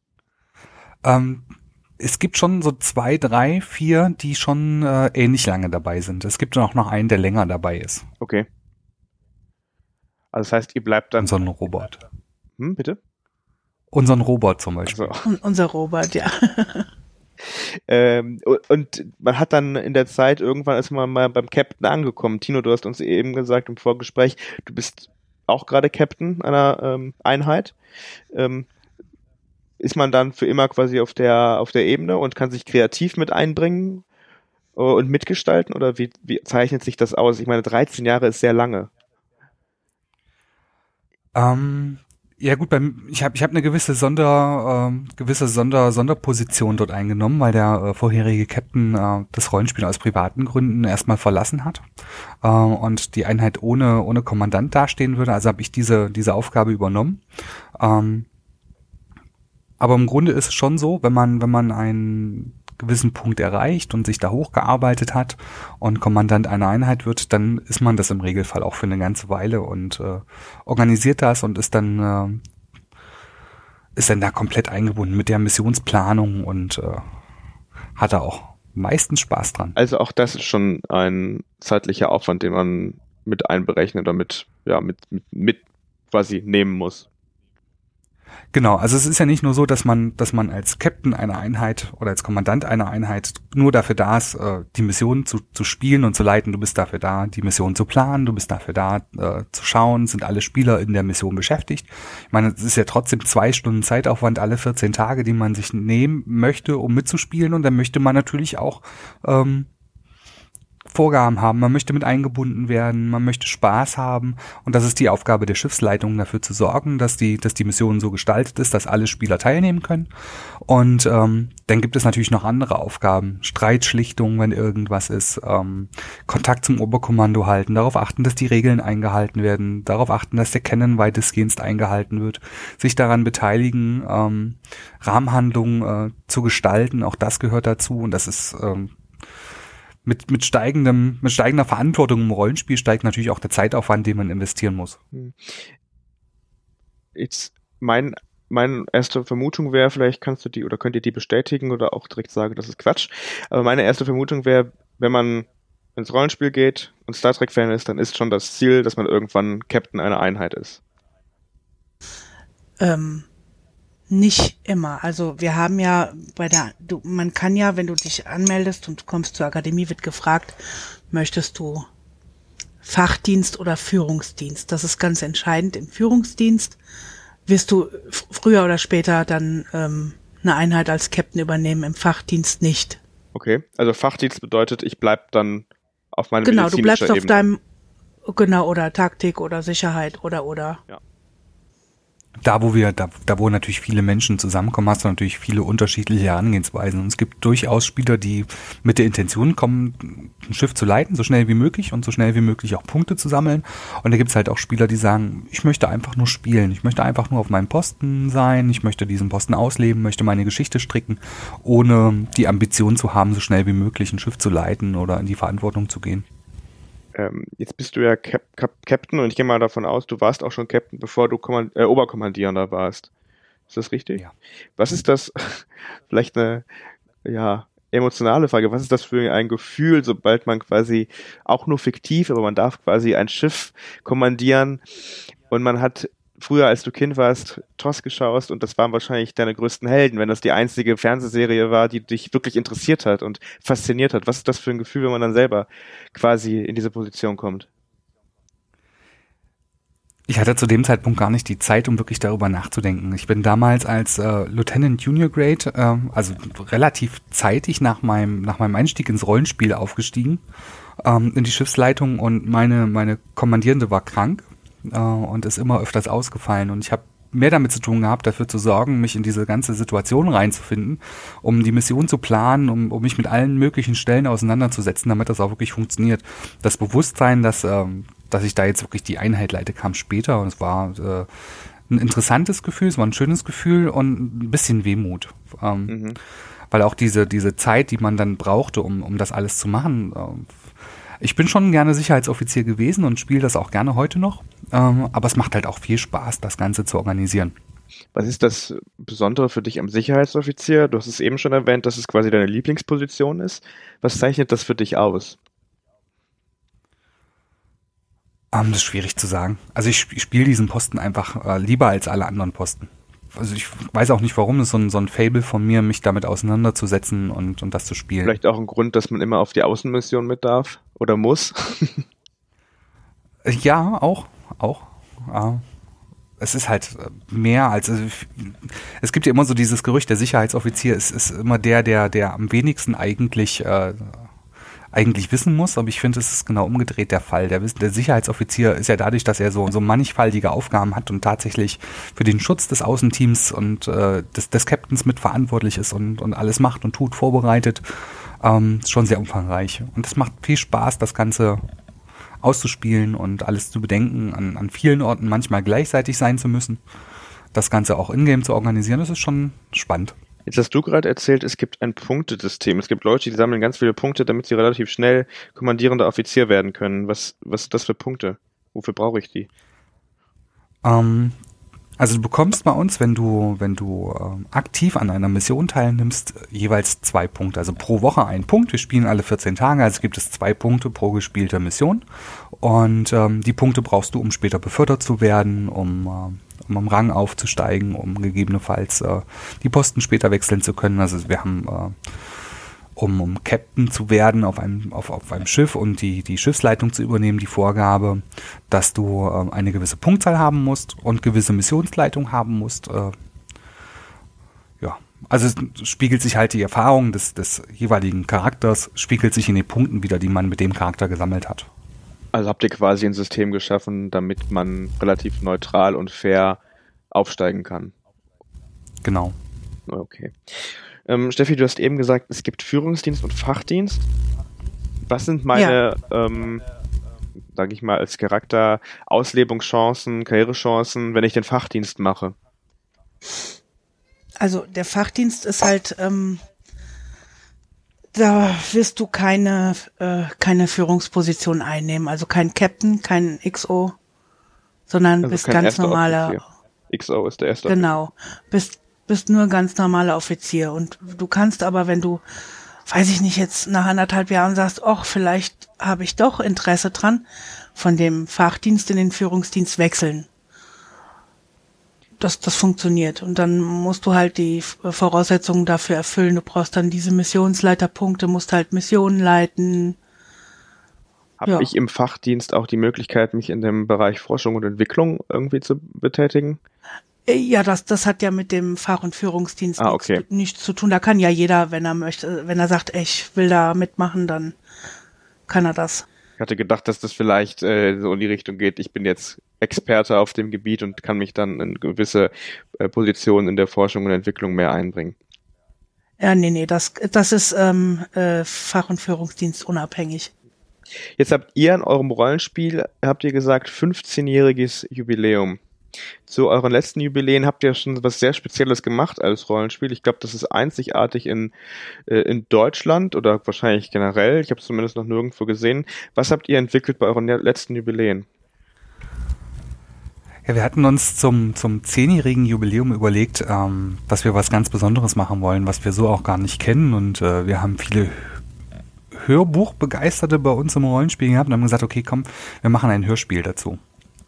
Ähm, es gibt schon so zwei, drei, vier, die schon äh, ähnlich lange dabei sind. Es gibt auch noch einen, der länger dabei ist. Okay. Also das heißt, ihr bleibt dann... Unseren Robot. Hm, bitte? Unseren Robot zum Beispiel. Also. Und unser Robert, ja. Ähm, und man hat dann in der Zeit, irgendwann ist man mal beim Captain angekommen. Tino, du hast uns eben gesagt im Vorgespräch, du bist auch gerade Captain einer ähm, Einheit. Ähm, ist man dann für immer quasi auf der auf der Ebene und kann sich kreativ mit einbringen äh, und mitgestalten? Oder wie, wie zeichnet sich das aus? Ich meine, dreizehn Jahre ist sehr lange. Ähm, Ja gut, beim, ich habe ich hab eine gewisse Sonder äh, gewisse Sonder Sonderposition dort eingenommen, weil der äh, vorherige Captain äh, das Rollenspiel aus privaten Gründen erstmal verlassen hat äh, und die Einheit ohne ohne Kommandant dastehen würde. Also habe ich diese diese Aufgabe übernommen. Ähm, aber im Grunde ist es schon so, wenn man wenn man einen gewissen Punkt erreicht und sich da hochgearbeitet hat und Kommandant einer Einheit wird, dann ist man das im Regelfall auch für eine ganze Weile und äh, organisiert das und ist dann äh, ist dann da komplett eingebunden mit der Missionsplanung und äh, hat da auch meistens Spaß dran. Also auch das ist schon ein zeitlicher Aufwand, den man mit einberechnet oder mit, ja, mit, mit, mit quasi nehmen muss. Genau, also es ist ja nicht nur so, dass man, dass man als Captain einer Einheit oder als Kommandant einer Einheit nur dafür da ist, äh, die Mission zu, zu spielen und zu leiten. Du bist dafür da, die Mission zu planen. Du bist dafür da, äh, zu schauen, sind alle Spieler in der Mission beschäftigt. Ich meine, es ist ja trotzdem zwei Stunden Zeitaufwand alle vierzehn Tage, die man sich nehmen möchte, um mitzuspielen. Und dann möchte man natürlich auch ähm, Vorgaben haben, man möchte mit eingebunden werden, man möchte Spaß haben und das ist die Aufgabe der Schiffsleitung, dafür zu sorgen, dass die, dass die Mission so gestaltet ist, dass alle Spieler teilnehmen können. Und ähm, dann gibt es natürlich noch andere Aufgaben, Streitschlichtung, wenn irgendwas ist, ähm, Kontakt zum Oberkommando halten, darauf achten, dass die Regeln eingehalten werden, darauf achten, dass der Canon weitestgehend eingehalten wird, sich daran beteiligen, ähm, Rahmenhandlungen äh, zu gestalten, auch das gehört dazu und das ist ähm, Mit, mit steigendem, mit steigender Verantwortung im Rollenspiel steigt natürlich auch der Zeitaufwand, den man investieren muss. Jetzt mein, meine erste Vermutung wäre, vielleicht kannst du die oder könnt ihr die bestätigen oder auch direkt sagen, das ist Quatsch. Aber meine erste Vermutung wäre, wenn man ins Rollenspiel geht und Star Trek-Fan ist, dann ist schon das Ziel, dass man irgendwann Captain einer Einheit ist. Ähm. Nicht immer. Also wir haben ja bei der, du, man kann ja, wenn du dich anmeldest und kommst zur Akademie, wird gefragt, möchtest du Fachdienst oder Führungsdienst? Das ist ganz entscheidend. Im Führungsdienst wirst du f- früher oder später dann ähm, eine Einheit als Captain übernehmen, im Fachdienst nicht. Okay, also Fachdienst bedeutet, ich bleib dann auf meinem Genau, du bleibst auf Ebene. deinem, genau, oder Taktik oder Sicherheit oder, oder. Ja. Da, wo wir, da, da wo natürlich viele Menschen zusammenkommen, hast du natürlich viele unterschiedliche Herangehensweisen. Und es gibt durchaus Spieler, die mit der Intention kommen, ein Schiff zu leiten, so schnell wie möglich und so schnell wie möglich auch Punkte zu sammeln. Und da gibt es halt auch Spieler, die sagen, ich möchte einfach nur spielen, ich möchte einfach nur auf meinem Posten sein, ich möchte diesen Posten ausleben, möchte meine Geschichte stricken, ohne die Ambition zu haben, so schnell wie möglich ein Schiff zu leiten oder in die Verantwortung zu gehen. Ähm, jetzt bist du ja Cap Cap Captain und ich gehe mal davon aus, du warst auch schon Captain, bevor du Kommand äh, Oberkommandierender warst. Ist das richtig? Ja. Was ist das, vielleicht eine ja, emotionale Frage, was ist das für ein Gefühl, sobald man quasi, auch nur fiktiv, aber man darf quasi ein Schiff kommandieren und man hat früher, als du Kind warst, T O S geschaut und das waren wahrscheinlich deine größten Helden, wenn das die einzige Fernsehserie war, die dich wirklich interessiert hat und fasziniert hat. Was ist das für ein Gefühl, wenn man dann selber quasi in diese Position kommt? Ich hatte zu dem Zeitpunkt gar nicht die Zeit, um wirklich darüber nachzudenken. Ich bin damals als äh, Lieutenant Junior Grade, äh, also relativ zeitig nach meinem nach meinem Einstieg ins Rollenspiel aufgestiegen, ähm, in die Schiffsleitung und meine meine Kommandierende war krank. Und ist immer öfters ausgefallen. Und ich habe mehr damit zu tun gehabt, dafür zu sorgen, mich in diese ganze Situation reinzufinden, um die Mission zu planen, um, um mich mit allen möglichen Stellen auseinanderzusetzen, damit das auch wirklich funktioniert. Das Bewusstsein, dass, ähm, dass ich da jetzt wirklich die Einheit leite, kam später. Und es war äh, ein interessantes Gefühl, es war ein schönes Gefühl und ein bisschen Wehmut. Ähm, mhm. Weil auch diese, diese Zeit, die man dann brauchte, um, um das alles zu machen, äh, ich bin schon gerne Sicherheitsoffizier gewesen und spiele das auch gerne heute noch, ähm, aber es macht halt auch viel Spaß, das Ganze zu organisieren. Was ist das Besondere für dich am Sicherheitsoffizier? Du hast es eben schon erwähnt, dass es quasi deine Lieblingsposition ist. Was zeichnet das für dich aus? Ähm, das ist schwierig zu sagen. Also ich, ich spiele diesen Posten einfach äh, lieber als alle anderen Posten. Also ich weiß auch nicht, warum, es so ein, so ein Faible von mir, mich damit auseinanderzusetzen und, und das zu spielen. Vielleicht auch ein Grund, dass man immer auf die Außenmission mit darf oder muss? Ja, auch, auch. Ja. Es ist halt mehr als, also es gibt ja immer so dieses Gerücht, der Sicherheitsoffizier ist, ist immer der, der, der am wenigsten eigentlich äh, eigentlich wissen muss, aber ich finde, es ist genau umgedreht der Fall. Der, der Sicherheitsoffizier ist ja dadurch, dass er so, so mannigfaltige Aufgaben hat und tatsächlich für den Schutz des Außenteams und äh, des, des Captains mitverantwortlich ist und, und alles macht und tut, vorbereitet, ähm, ist schon sehr umfangreich. Und es macht viel Spaß, das Ganze auszuspielen und alles zu bedenken, an, an vielen Orten manchmal gleichzeitig sein zu müssen. Das Ganze auch in-game zu organisieren, das ist schon spannend. Jetzt hast du gerade erzählt, es gibt ein Punktesystem. Es gibt Leute, die sammeln ganz viele Punkte, damit sie relativ schnell kommandierender Offizier werden können. Was, was sind das für Punkte? Wofür brauche ich die? Ähm, also du bekommst bei uns, wenn du, wenn du ähm, aktiv an einer Mission teilnimmst, jeweils zwei Punkte. Also pro Woche ein Punkt. Wir spielen alle vierzehn Tage, also gibt es zwei Punkte pro gespielte Mission. Und ähm, die Punkte brauchst du, um später befördert zu werden, um äh, um am Rang aufzusteigen, um gegebenenfalls äh, die Posten später wechseln zu können. Also wir haben, äh, um, um Captain zu werden auf einem, auf, auf einem Schiff und die, die Schiffsleitung zu übernehmen, die Vorgabe, dass du äh, eine gewisse Punktzahl haben musst und gewisse Missionsleitung haben musst. Äh, ja, also es spiegelt sich halt die Erfahrung des, des jeweiligen Charakters, spiegelt sich in den Punkten wieder, die man mit dem Charakter gesammelt hat. Also habt ihr quasi ein System geschaffen, damit man relativ neutral und fair aufsteigen kann. Genau. Okay. Ähm, Steffi, du hast eben gesagt, es gibt Führungsdienst und Fachdienst. Was sind meine, ja. ähm, sage ich mal, als Charakter Auslebungschancen, Karrierechancen, wenn ich den Fachdienst mache? Also der Fachdienst ist halt... Ähm Da wirst du keine äh, keine Führungsposition einnehmen, also kein Captain, kein X O, sondern also bist ganz normaler. Offizier. X O ist der erste. Genau, bist bist nur ganz normaler Offizier und du kannst aber, wenn du, weiß ich nicht, jetzt nach anderthalb Jahren sagst, ach, vielleicht habe ich doch Interesse dran, von dem Fachdienst in den Führungsdienst wechseln. Das, das funktioniert. Und dann musst du halt die Voraussetzungen dafür erfüllen. Du brauchst dann diese Missionsleiterpunkte, musst halt Missionen leiten. Habe ja. ich im Fachdienst auch die Möglichkeit, mich in dem Bereich Forschung und Entwicklung irgendwie zu betätigen? Ja, das, das hat ja mit dem Fach- und Führungsdienst ah, okay. nichts, nichts zu tun. Da kann ja jeder, wenn er möchte, wenn er sagt, ey, ich will da mitmachen, dann kann er das. Ich hatte gedacht, dass das vielleicht äh, so in die Richtung geht, ich bin jetzt Experte auf dem Gebiet und kann mich dann in gewisse äh, Positionen in der Forschung und Entwicklung mehr einbringen. Ja, nee, nee, das, das ist ähm, äh, Fach- und Führungsdienst unabhängig. Jetzt habt ihr in eurem Rollenspiel, habt ihr gesagt, fünfzehnjähriges Jubiläum. Zu euren letzten Jubiläen habt ihr schon was sehr Spezielles gemacht als Rollenspiel. Ich glaube, das ist einzigartig in, äh, in Deutschland oder wahrscheinlich generell. Ich habe es zumindest noch nirgendwo gesehen. Was habt ihr entwickelt bei euren letzten Jubiläen? Ja, wir hatten uns zum, zum zehnjährigen Jubiläum überlegt, ähm, dass wir was ganz Besonderes machen wollen, was wir so auch gar nicht kennen. Und äh, wir haben viele Hörbuchbegeisterte bei uns im Rollenspiel gehabt und haben gesagt, okay, komm, wir machen ein Hörspiel dazu.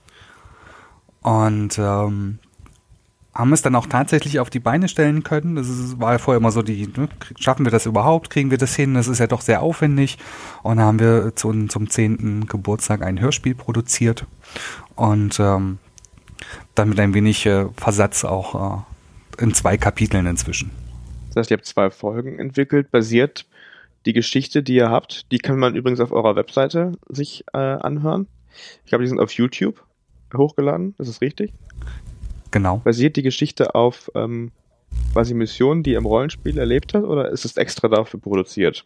Und ähm, haben es dann auch tatsächlich auf die Beine stellen können. Das ist, war ja vorher immer so die, ne, schaffen wir das überhaupt, kriegen wir das hin? Das ist ja doch sehr aufwendig. Und dann haben wir zu, zum zehnten Geburtstag ein Hörspiel produziert und ähm, dann mit ein wenig äh, Versatz auch äh, in zwei Kapiteln inzwischen. Das heißt, ihr habt zwei Folgen entwickelt, basiert die Geschichte, die ihr habt, die kann man übrigens auf eurer Webseite sich äh, anhören. Ich glaube, die sind auf YouTube hochgeladen, das ist richtig? Genau. Basiert die Geschichte auf ähm, quasi Missionen, die ihr im Rollenspiel erlebt habt, oder ist es extra dafür produziert?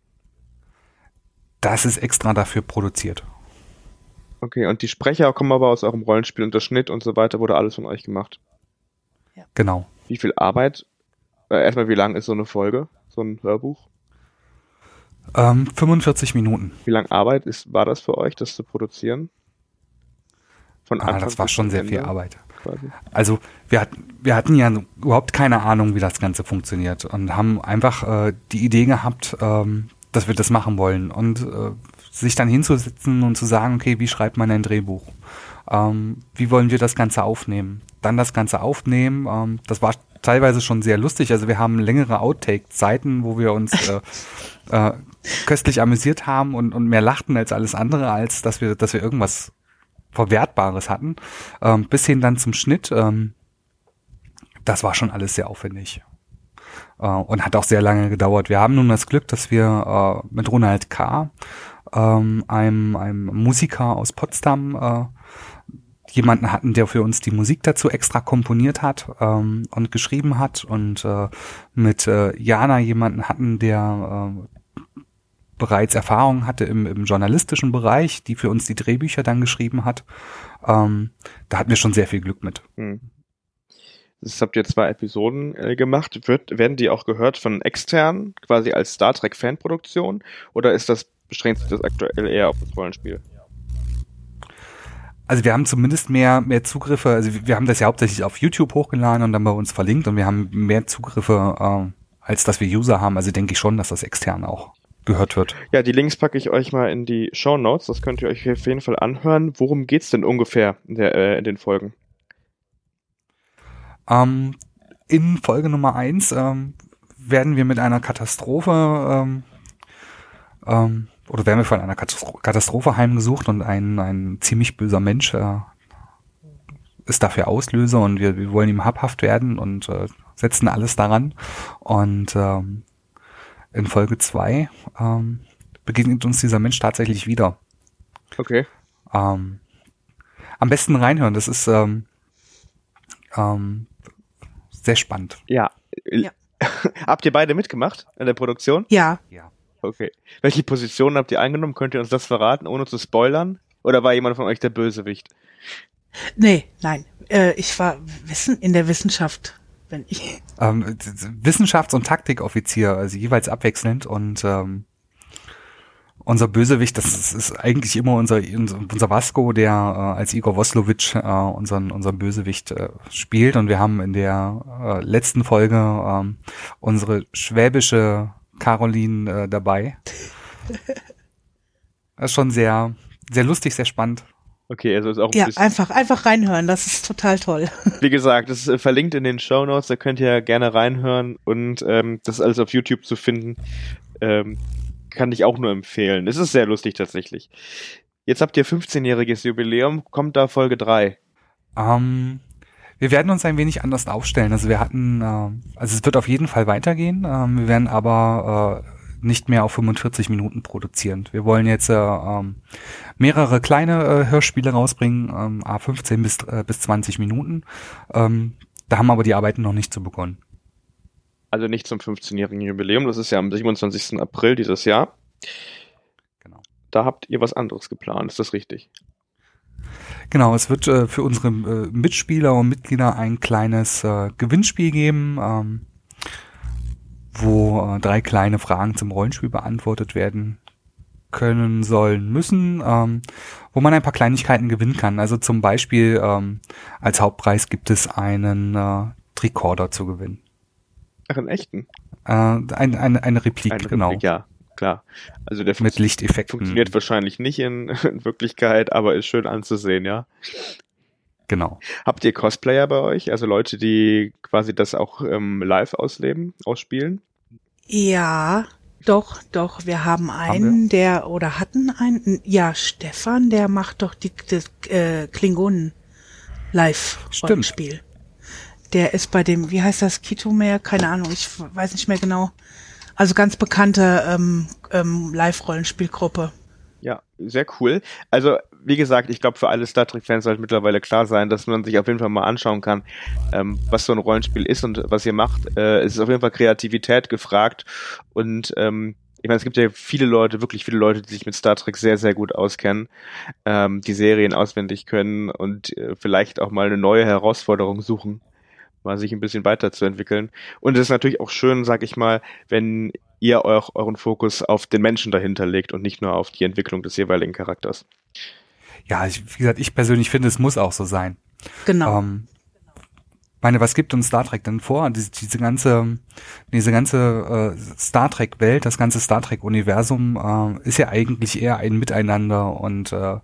Das ist extra dafür produziert. Okay, und die Sprecher kommen aber aus eurem Rollenspiel und der Schnitt und so weiter wurde alles von euch gemacht? Ja. Genau. Wie viel Arbeit? Äh, erstmal, wie lang ist so eine Folge, so ein Hörbuch? Ähm, fünfundvierzig Minuten. Wie lange Arbeit ist, war das für euch, das zu produzieren? Von ah, das war schon sehr Ende, viel Arbeit. Quasi. Also wir hatten, wir hatten ja überhaupt keine Ahnung, wie das Ganze funktioniert und haben einfach äh, die Idee gehabt, ähm, dass wir das machen wollen und äh, sich dann hinzusetzen und zu sagen, okay, wie schreibt man ein Drehbuch? Ähm, wie wollen wir das Ganze aufnehmen? Dann das Ganze aufnehmen, ähm, das war teilweise schon sehr lustig. Also wir haben längere Outtake-Zeiten, wo wir uns äh, äh, köstlich amüsiert haben und, und mehr lachten als alles andere, als dass wir, dass wir irgendwas Verwertbares hatten, ähm, bis hin dann zum Schnitt. Ähm, das war schon alles sehr aufwendig. äh, und hat auch sehr lange gedauert. Wir haben nun das Glück, dass wir äh, mit Ronald K., ähm, einem, einem Musiker aus Potsdam, äh, jemanden hatten, der für uns die Musik dazu extra komponiert hat ähm, und geschrieben hat, und äh, mit äh, Jana jemanden hatten, der äh, bereits Erfahrung hatte im, im journalistischen Bereich, die für uns die Drehbücher dann geschrieben hat. Ähm, da hatten wir schon sehr viel Glück mit. Hm. Das habt ihr zwei Episoden äh, gemacht. Wird, werden die auch gehört von externen, quasi als Star Trek Fanproduktion, oder ist das, beschränkt sich das aktuell eher auf das Rollenspiel? Also wir haben zumindest mehr mehr Zugriffe, also wir haben das ja hauptsächlich auf YouTube hochgeladen und dann bei uns verlinkt, und wir haben mehr Zugriffe, äh, als dass wir User haben. Also denke ich schon, dass das extern auch gehört wird. Ja, die Links packe ich euch mal in die Shownotes, das könnt ihr euch auf jeden Fall anhören. Worum geht's denn ungefähr in, der, äh, in den Folgen? Ähm, in Folge Nummer eins ähm, werden wir mit einer Katastrophe ähm, ähm, oder werden wir von einer Katastrophe heimgesucht, und ein, ein ziemlich böser Mensch äh, ist dafür Auslöser, und wir, wir wollen ihm habhaft werden und äh, setzen alles daran. Und ähm, in Folge zwei ähm, begegnet uns dieser Mensch tatsächlich wieder. Okay. Ähm, am besten reinhören, das ist ähm, ähm, sehr spannend. Ja. Ja. Habt ihr beide mitgemacht in der Produktion? Ja. Ja. Okay. Welche Position habt ihr eingenommen? Könnt ihr uns das verraten, ohne zu spoilern? Oder war jemand von euch der Bösewicht? Nee, nein. Äh, ich war Wissen in der Wissenschaft, wenn ich. Ähm, Wissenschafts- und Taktikoffizier, also jeweils abwechselnd, und ähm, unser Bösewicht, das ist, ist eigentlich immer unser unser Vasco, der äh, als Igor Voslowitsch äh, unseren unseren Bösewicht äh, spielt, und wir haben in der äh, letzten Folge äh, unsere schwäbische Caroline äh, dabei. Das ist schon sehr sehr lustig, sehr spannend. Okay, also ist auch ein Ja, bisschen, einfach, einfach reinhören, das ist total toll. wie gesagt, das ist äh, verlinkt in den Shownotes, da könnt ihr gerne reinhören, und ähm, das ist alles auf YouTube zu finden. Ähm, kann ich auch nur empfehlen. Es ist sehr lustig tatsächlich. Jetzt habt ihr fünfzehnjähriges Jubiläum, kommt da Folge drei. Ähm, wir werden uns ein wenig anders aufstellen. Also wir hatten, äh, also es wird auf jeden Fall weitergehen. Ähm, wir werden aber äh, nicht mehr auf fünfundvierzig Minuten produzieren. Wir wollen jetzt äh, ähm, mehrere kleine äh, Hörspiele rausbringen, ähm, a fünfzehn bis äh, bis zwanzig Minuten. Ähm, da haben aber die Arbeiten noch nicht so begonnen. Also nicht zum fünfzehnjährigen Jubiläum, das ist ja am siebenundzwanzigsten April dieses Jahr. Genau. Da habt ihr was anderes geplant, ist das richtig? Genau, es wird äh, für unsere äh, Mitspieler und Mitglieder ein kleines äh, Gewinnspiel geben, ähm, wo äh, drei kleine Fragen zum Rollenspiel beantwortet werden können, sollen, müssen, ähm, wo man ein paar Kleinigkeiten gewinnen kann. Also zum Beispiel ähm, als Hauptpreis gibt es einen äh, Tricorder zu gewinnen. Ach, einen echten? Äh, ein, ein, eine Replik, Eine genau. Replik, ja, klar. Also der Mit Lichteffekten. Funktioniert wahrscheinlich nicht in, in Wirklichkeit, aber ist schön anzusehen, ja. Genau. Habt ihr Cosplayer bei euch? Also Leute, die quasi das auch ähm, live ausleben, ausspielen? Ja, doch, doch. Wir haben einen, Haben wir? der, oder hatten einen, ja, Stefan, der macht doch die, das äh, Klingonen Live-Rollenspiel. Der ist bei dem, wie heißt das, Kitomer? Keine Ahnung, ich weiß nicht mehr genau. Also ganz bekannte ähm, ähm, Live-Rollenspielgruppe. Ja, sehr cool. Also, wie gesagt, ich glaube, für alle Star Trek-Fans sollte mittlerweile klar sein, dass man sich auf jeden Fall mal anschauen kann, ähm, was so ein Rollenspiel ist und was ihr macht. Äh, es ist auf jeden Fall Kreativität gefragt, und ähm, ich meine, es gibt ja viele Leute, wirklich viele Leute, die sich mit Star Trek sehr, sehr gut auskennen, ähm, die Serien auswendig können und äh, vielleicht auch mal eine neue Herausforderung suchen, mal sich ein bisschen weiterzuentwickeln. Und es ist natürlich auch schön, sag ich mal, wenn ihr auch euren Fokus auf den Menschen dahinter legt und nicht nur auf die Entwicklung des jeweiligen Charakters. Ja, ich, wie gesagt, ich persönlich finde, es muss auch so sein. Genau. Ähm, meine, was gibt uns Star Trek denn vor? Diese, diese ganze, diese ganze äh, Star Trek Welt, das ganze Star Trek Universum äh, ist ja eigentlich eher ein Miteinander und äh,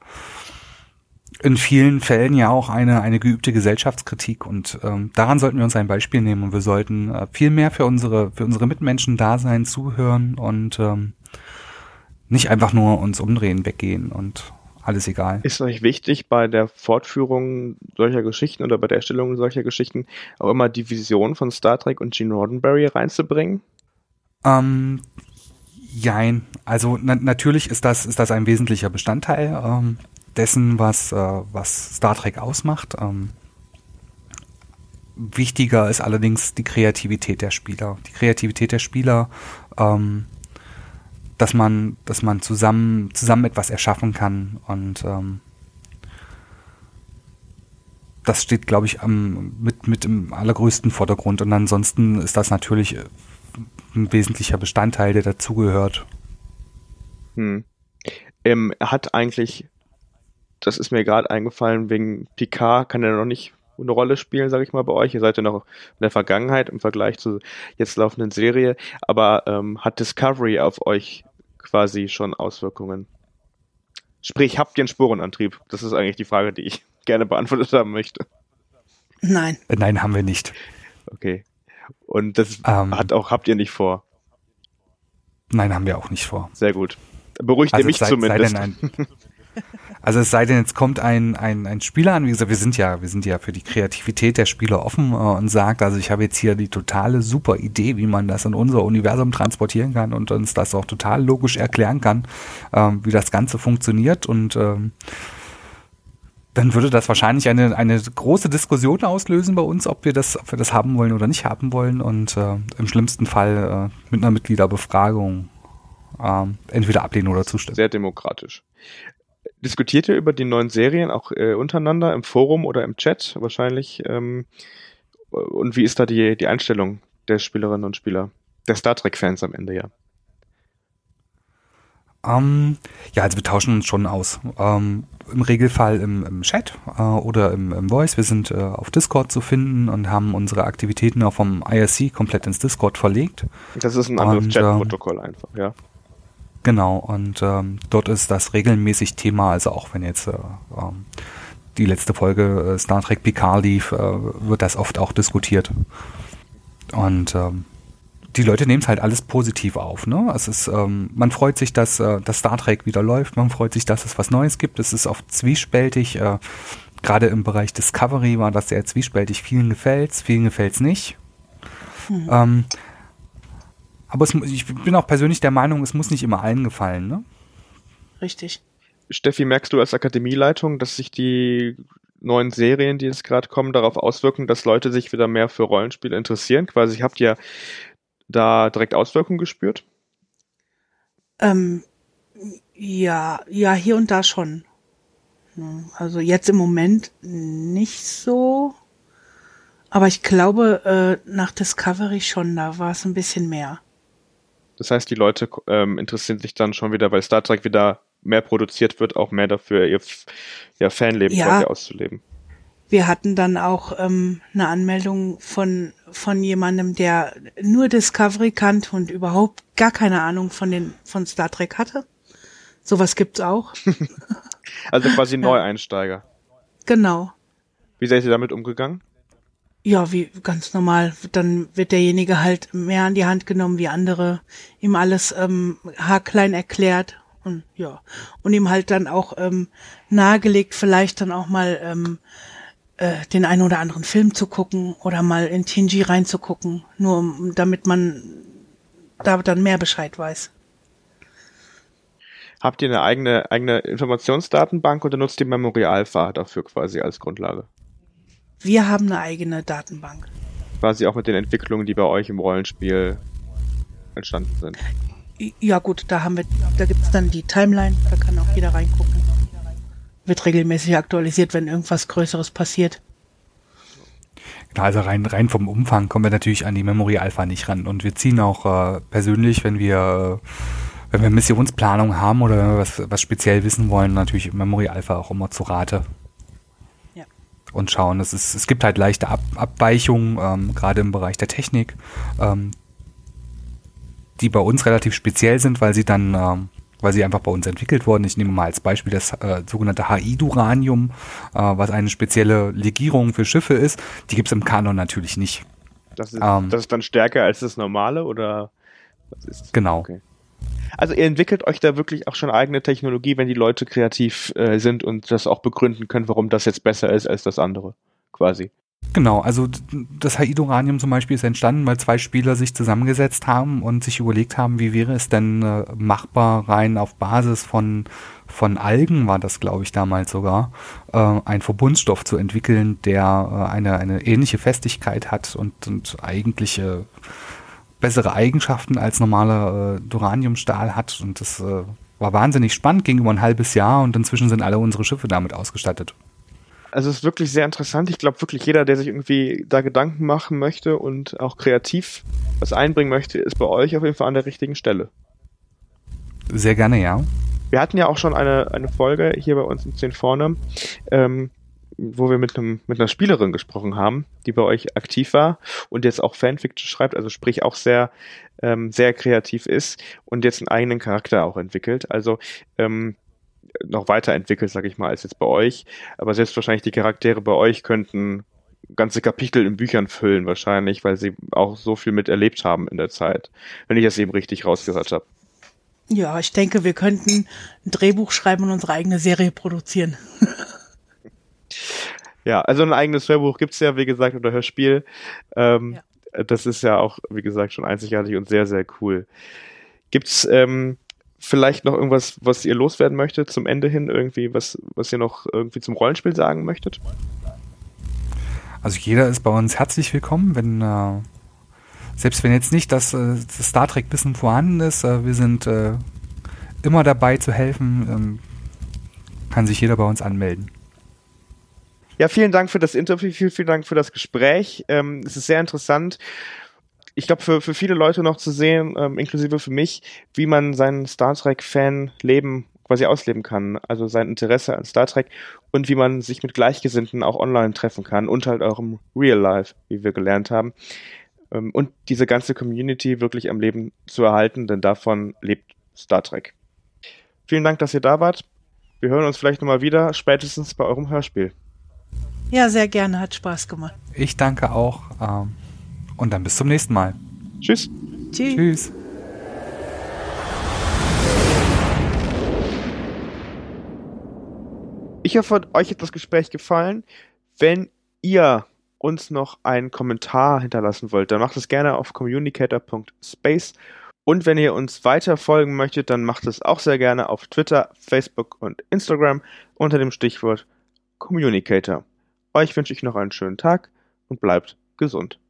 in vielen Fällen ja auch eine eine geübte Gesellschaftskritik, und ähm, daran sollten wir uns ein Beispiel nehmen, und wir sollten äh, viel mehr für unsere für unsere Mitmenschen da sein, zuhören und ähm, nicht einfach nur uns umdrehen, weggehen und alles egal. Ist euch wichtig, bei der Fortführung solcher Geschichten oder bei der Erstellung solcher Geschichten auch immer die Vision von Star Trek und Gene Roddenberry reinzubringen? Ähm, jein. Also na- natürlich ist das, ist das ein wesentlicher Bestandteil ähm, dessen, was, äh, was Star Trek ausmacht. Ähm, wichtiger ist allerdings die Kreativität der Spieler. Die Kreativität der Spieler, ähm, dass man, dass man zusammen, zusammen etwas erschaffen kann und ähm, das steht, glaube ich, am, mit, mit im allergrößten Vordergrund. Und ansonsten ist das natürlich ein wesentlicher Bestandteil, der dazugehört. Hm. Ähm, hat eigentlich, das ist mir gerade eingefallen, wegen Picard kann er noch nicht eine Rolle spielen, sage ich mal, bei euch. Ihr seid ja noch in der Vergangenheit im Vergleich zur jetzt laufenden Serie. Aber ähm, hat Discovery auf euch quasi schon Auswirkungen? Sprich, habt ihr einen Spurenantrieb? Das ist eigentlich die Frage, die ich gerne beantwortet haben möchte. Nein. Äh, Nein, haben wir nicht. Okay. Und das Ähm, hat auch, habt ihr nicht vor? Nein, haben wir auch nicht vor. Sehr gut. Beruhigt Also ihr mich sei, zumindest. Sei denn ein, also es sei denn, jetzt kommt ein, ein, ein Spieler an, wie gesagt, wir sind ja, wir sind ja für die Kreativität der Spieler offen äh, und sagt, also ich habe jetzt hier die totale super Idee, wie man das in unser Universum transportieren kann und uns das auch total logisch erklären kann, ähm, wie das Ganze funktioniert und ähm, dann würde das wahrscheinlich eine, eine große Diskussion auslösen bei uns, ob wir das, ob wir das haben wollen oder nicht haben wollen und äh, im schlimmsten Fall äh, mit einer Mitgliederbefragung äh, entweder ablehnen oder zustimmen. Sehr demokratisch. Diskutiert ihr über die neuen Serien auch äh, untereinander im Forum oder im Chat wahrscheinlich? Ähm, und wie ist da die, die Einstellung der Spielerinnen und Spieler? Der Star Trek-Fans am Ende, ja. Ähm, ja, also wir tauschen uns schon aus. Ähm, Im Regelfall im, im Chat äh, oder im, im Voice. Wir sind äh, auf Discord zu finden und haben unsere Aktivitäten auch vom I R C komplett ins Discord verlegt. Das ist ein anderes Und, Chat-Protokoll ähm, einfach, ja. Genau, und ähm, dort ist das regelmäßig Thema, also auch wenn jetzt äh, ähm, die letzte Folge äh, Star Trek Picard lief, äh, wird das oft auch diskutiert. Und ähm, die Leute nehmen es halt alles positiv auf, ne? Es ist, ähm, man freut sich, dass, äh, dass Star Trek wieder läuft, man freut sich, dass es was Neues gibt. Es ist oft zwiespältig, äh, gerade im Bereich Discovery war das sehr zwiespältig. Vielen gefällt's, vielen gefällt's nicht. Mhm. Ähm, aber es, ich bin auch persönlich der Meinung, es muss nicht immer allen gefallen, ne? Richtig. Steffi, merkst du als Akademieleitung, dass sich die neuen Serien, die jetzt gerade kommen, darauf auswirken, dass Leute sich wieder mehr für Rollenspiele interessieren? Quasi, habt ihr da direkt Auswirkungen gespürt? Ähm, ja, ja, hier und da schon. Also jetzt im Moment nicht so. Aber ich glaube, äh, nach Discovery schon, da war es ein bisschen mehr. Das heißt, die Leute ähm, interessieren sich dann schon wieder, weil Star Trek wieder mehr produziert wird, auch mehr dafür, ihr, ihr Fanleben ja, quasi auszuleben. Wir hatten dann auch ähm, eine Anmeldung von von jemandem, der nur Discovery kannte und überhaupt gar keine Ahnung von den von Star Trek hatte. Sowas gibt's auch. Also quasi Neueinsteiger. Genau. Wie seid ihr damit umgegangen? Ja, wie ganz normal. Dann wird derjenige halt mehr an die Hand genommen wie andere, ihm alles ähm, haarklein erklärt und ja und ihm halt dann auch ähm, nahegelegt, vielleicht dann auch mal ähm, äh, den einen oder anderen Film zu gucken oder mal in T N G reinzugucken, nur um, damit man da dann mehr Bescheid weiß. Habt ihr eine eigene eigene Informationsdatenbank oder nutzt ihr Memory Alpha dafür quasi als Grundlage? Wir haben eine eigene Datenbank. Quasi auch mit den Entwicklungen, die bei euch im Rollenspiel entstanden sind. Ja gut, da haben wir, da gibt's dann die Timeline, da kann auch jeder reingucken. Wird regelmäßig aktualisiert, wenn irgendwas Größeres passiert. Genau, also rein, rein vom Umfang kommen wir natürlich an die Memory Alpha nicht ran. Und wir ziehen auch äh, persönlich, wenn wir wenn wir Missionsplanung haben oder wenn wir was, was speziell wissen wollen, natürlich Memory Alpha auch immer zu Rate. Ja. Und schauen, es, ist, es gibt halt leichte Ab- Abweichungen, ähm, gerade im Bereich der Technik, ähm, die bei uns relativ speziell sind, weil sie dann, ähm, weil sie einfach bei uns entwickelt wurden. Ich nehme mal als Beispiel das äh, sogenannte H I-Duranium, äh, was eine spezielle Legierung für Schiffe ist. Die gibt es im Kanon natürlich nicht. Das ist, ähm, das ist dann stärker als das normale, oder was ist das? Genau. Okay. Also ihr entwickelt euch da wirklich auch schon eigene Technologie, wenn die Leute kreativ äh, sind und das auch begründen können, warum das jetzt besser ist als das andere, quasi. Genau, also das H I-Duranium zum Beispiel ist entstanden, weil zwei Spieler sich zusammengesetzt haben und sich überlegt haben, wie wäre es denn äh, machbar, rein auf Basis von, von Algen, war das glaube ich damals sogar, äh, einen Verbundstoff zu entwickeln, der äh, eine, eine ähnliche Festigkeit hat und, und eigentliche bessere Eigenschaften als normaler äh, Duraniumstahl hat. Und das äh, war wahnsinnig spannend, ging über ein halbes Jahr und inzwischen sind alle unsere Schiffe damit ausgestattet. Also es ist wirklich sehr interessant. Ich glaube wirklich jeder, der sich irgendwie da Gedanken machen möchte und auch kreativ was einbringen möchte, ist bei euch auf jeden Fall an der richtigen Stelle. Sehr gerne, ja. Wir hatten ja auch schon eine, eine Folge hier bei uns in zehn vorne, ähm, wo wir mit einem mit einer Spielerin gesprochen haben, die bei euch aktiv war und jetzt auch Fanfiction schreibt, also sprich auch sehr ähm, sehr kreativ ist und jetzt einen eigenen Charakter auch entwickelt. Also ähm, noch weiterentwickelt, sag ich mal, als jetzt bei euch. Aber selbst wahrscheinlich die Charaktere bei euch könnten ganze Kapitel in Büchern füllen wahrscheinlich, weil sie auch so viel miterlebt haben in der Zeit, wenn ich das eben richtig rausgehört habe. Ja, ich denke, wir könnten ein Drehbuch schreiben und unsere eigene Serie produzieren. Ja, also ein eigenes Hörbuch gibt's ja, wie gesagt, oder Hörspiel. Ähm, ja. Das ist ja auch, wie gesagt, schon einzigartig und sehr, sehr cool. Gibt's ähm, vielleicht noch irgendwas, was ihr loswerden möchtet zum Ende hin, irgendwie, was, was ihr noch irgendwie zum Rollenspiel sagen möchtet? Also jeder ist bei uns herzlich willkommen, wenn äh, selbst wenn jetzt nicht das, äh, das Star Trek-Wissen vorhanden ist, äh, wir sind äh, immer dabei zu helfen, ähm, kann sich jeder bei uns anmelden. Ja, vielen Dank für das Interview, vielen, vielen Dank für das Gespräch. Ähm, es ist sehr interessant. Ich glaube, für, für viele Leute noch zu sehen, ähm, inklusive für mich, wie man sein Star Trek-Fan-Leben quasi ausleben kann. Also sein Interesse an Star Trek und wie man sich mit Gleichgesinnten auch online treffen kann und halt auch im Real Life, wie wir gelernt haben. Ähm, und diese ganze Community wirklich am Leben zu erhalten, denn davon lebt Star Trek. Vielen Dank, dass ihr da wart. Wir hören uns vielleicht nochmal wieder, spätestens bei eurem Hörspiel. Ja, sehr gerne, hat Spaß gemacht. Ich danke auch. Ähm Und dann bis zum nächsten Mal. Tschüss. Tschüss. Tschüss. Ich hoffe, euch hat das Gespräch gefallen. Wenn ihr uns noch einen Kommentar hinterlassen wollt, dann macht es gerne auf communicator punkt space. Und wenn ihr uns weiter folgen möchtet, dann macht es auch sehr gerne auf Twitter, Facebook und Instagram unter dem Stichwort Communicator. Euch wünsche ich noch einen schönen Tag und bleibt gesund.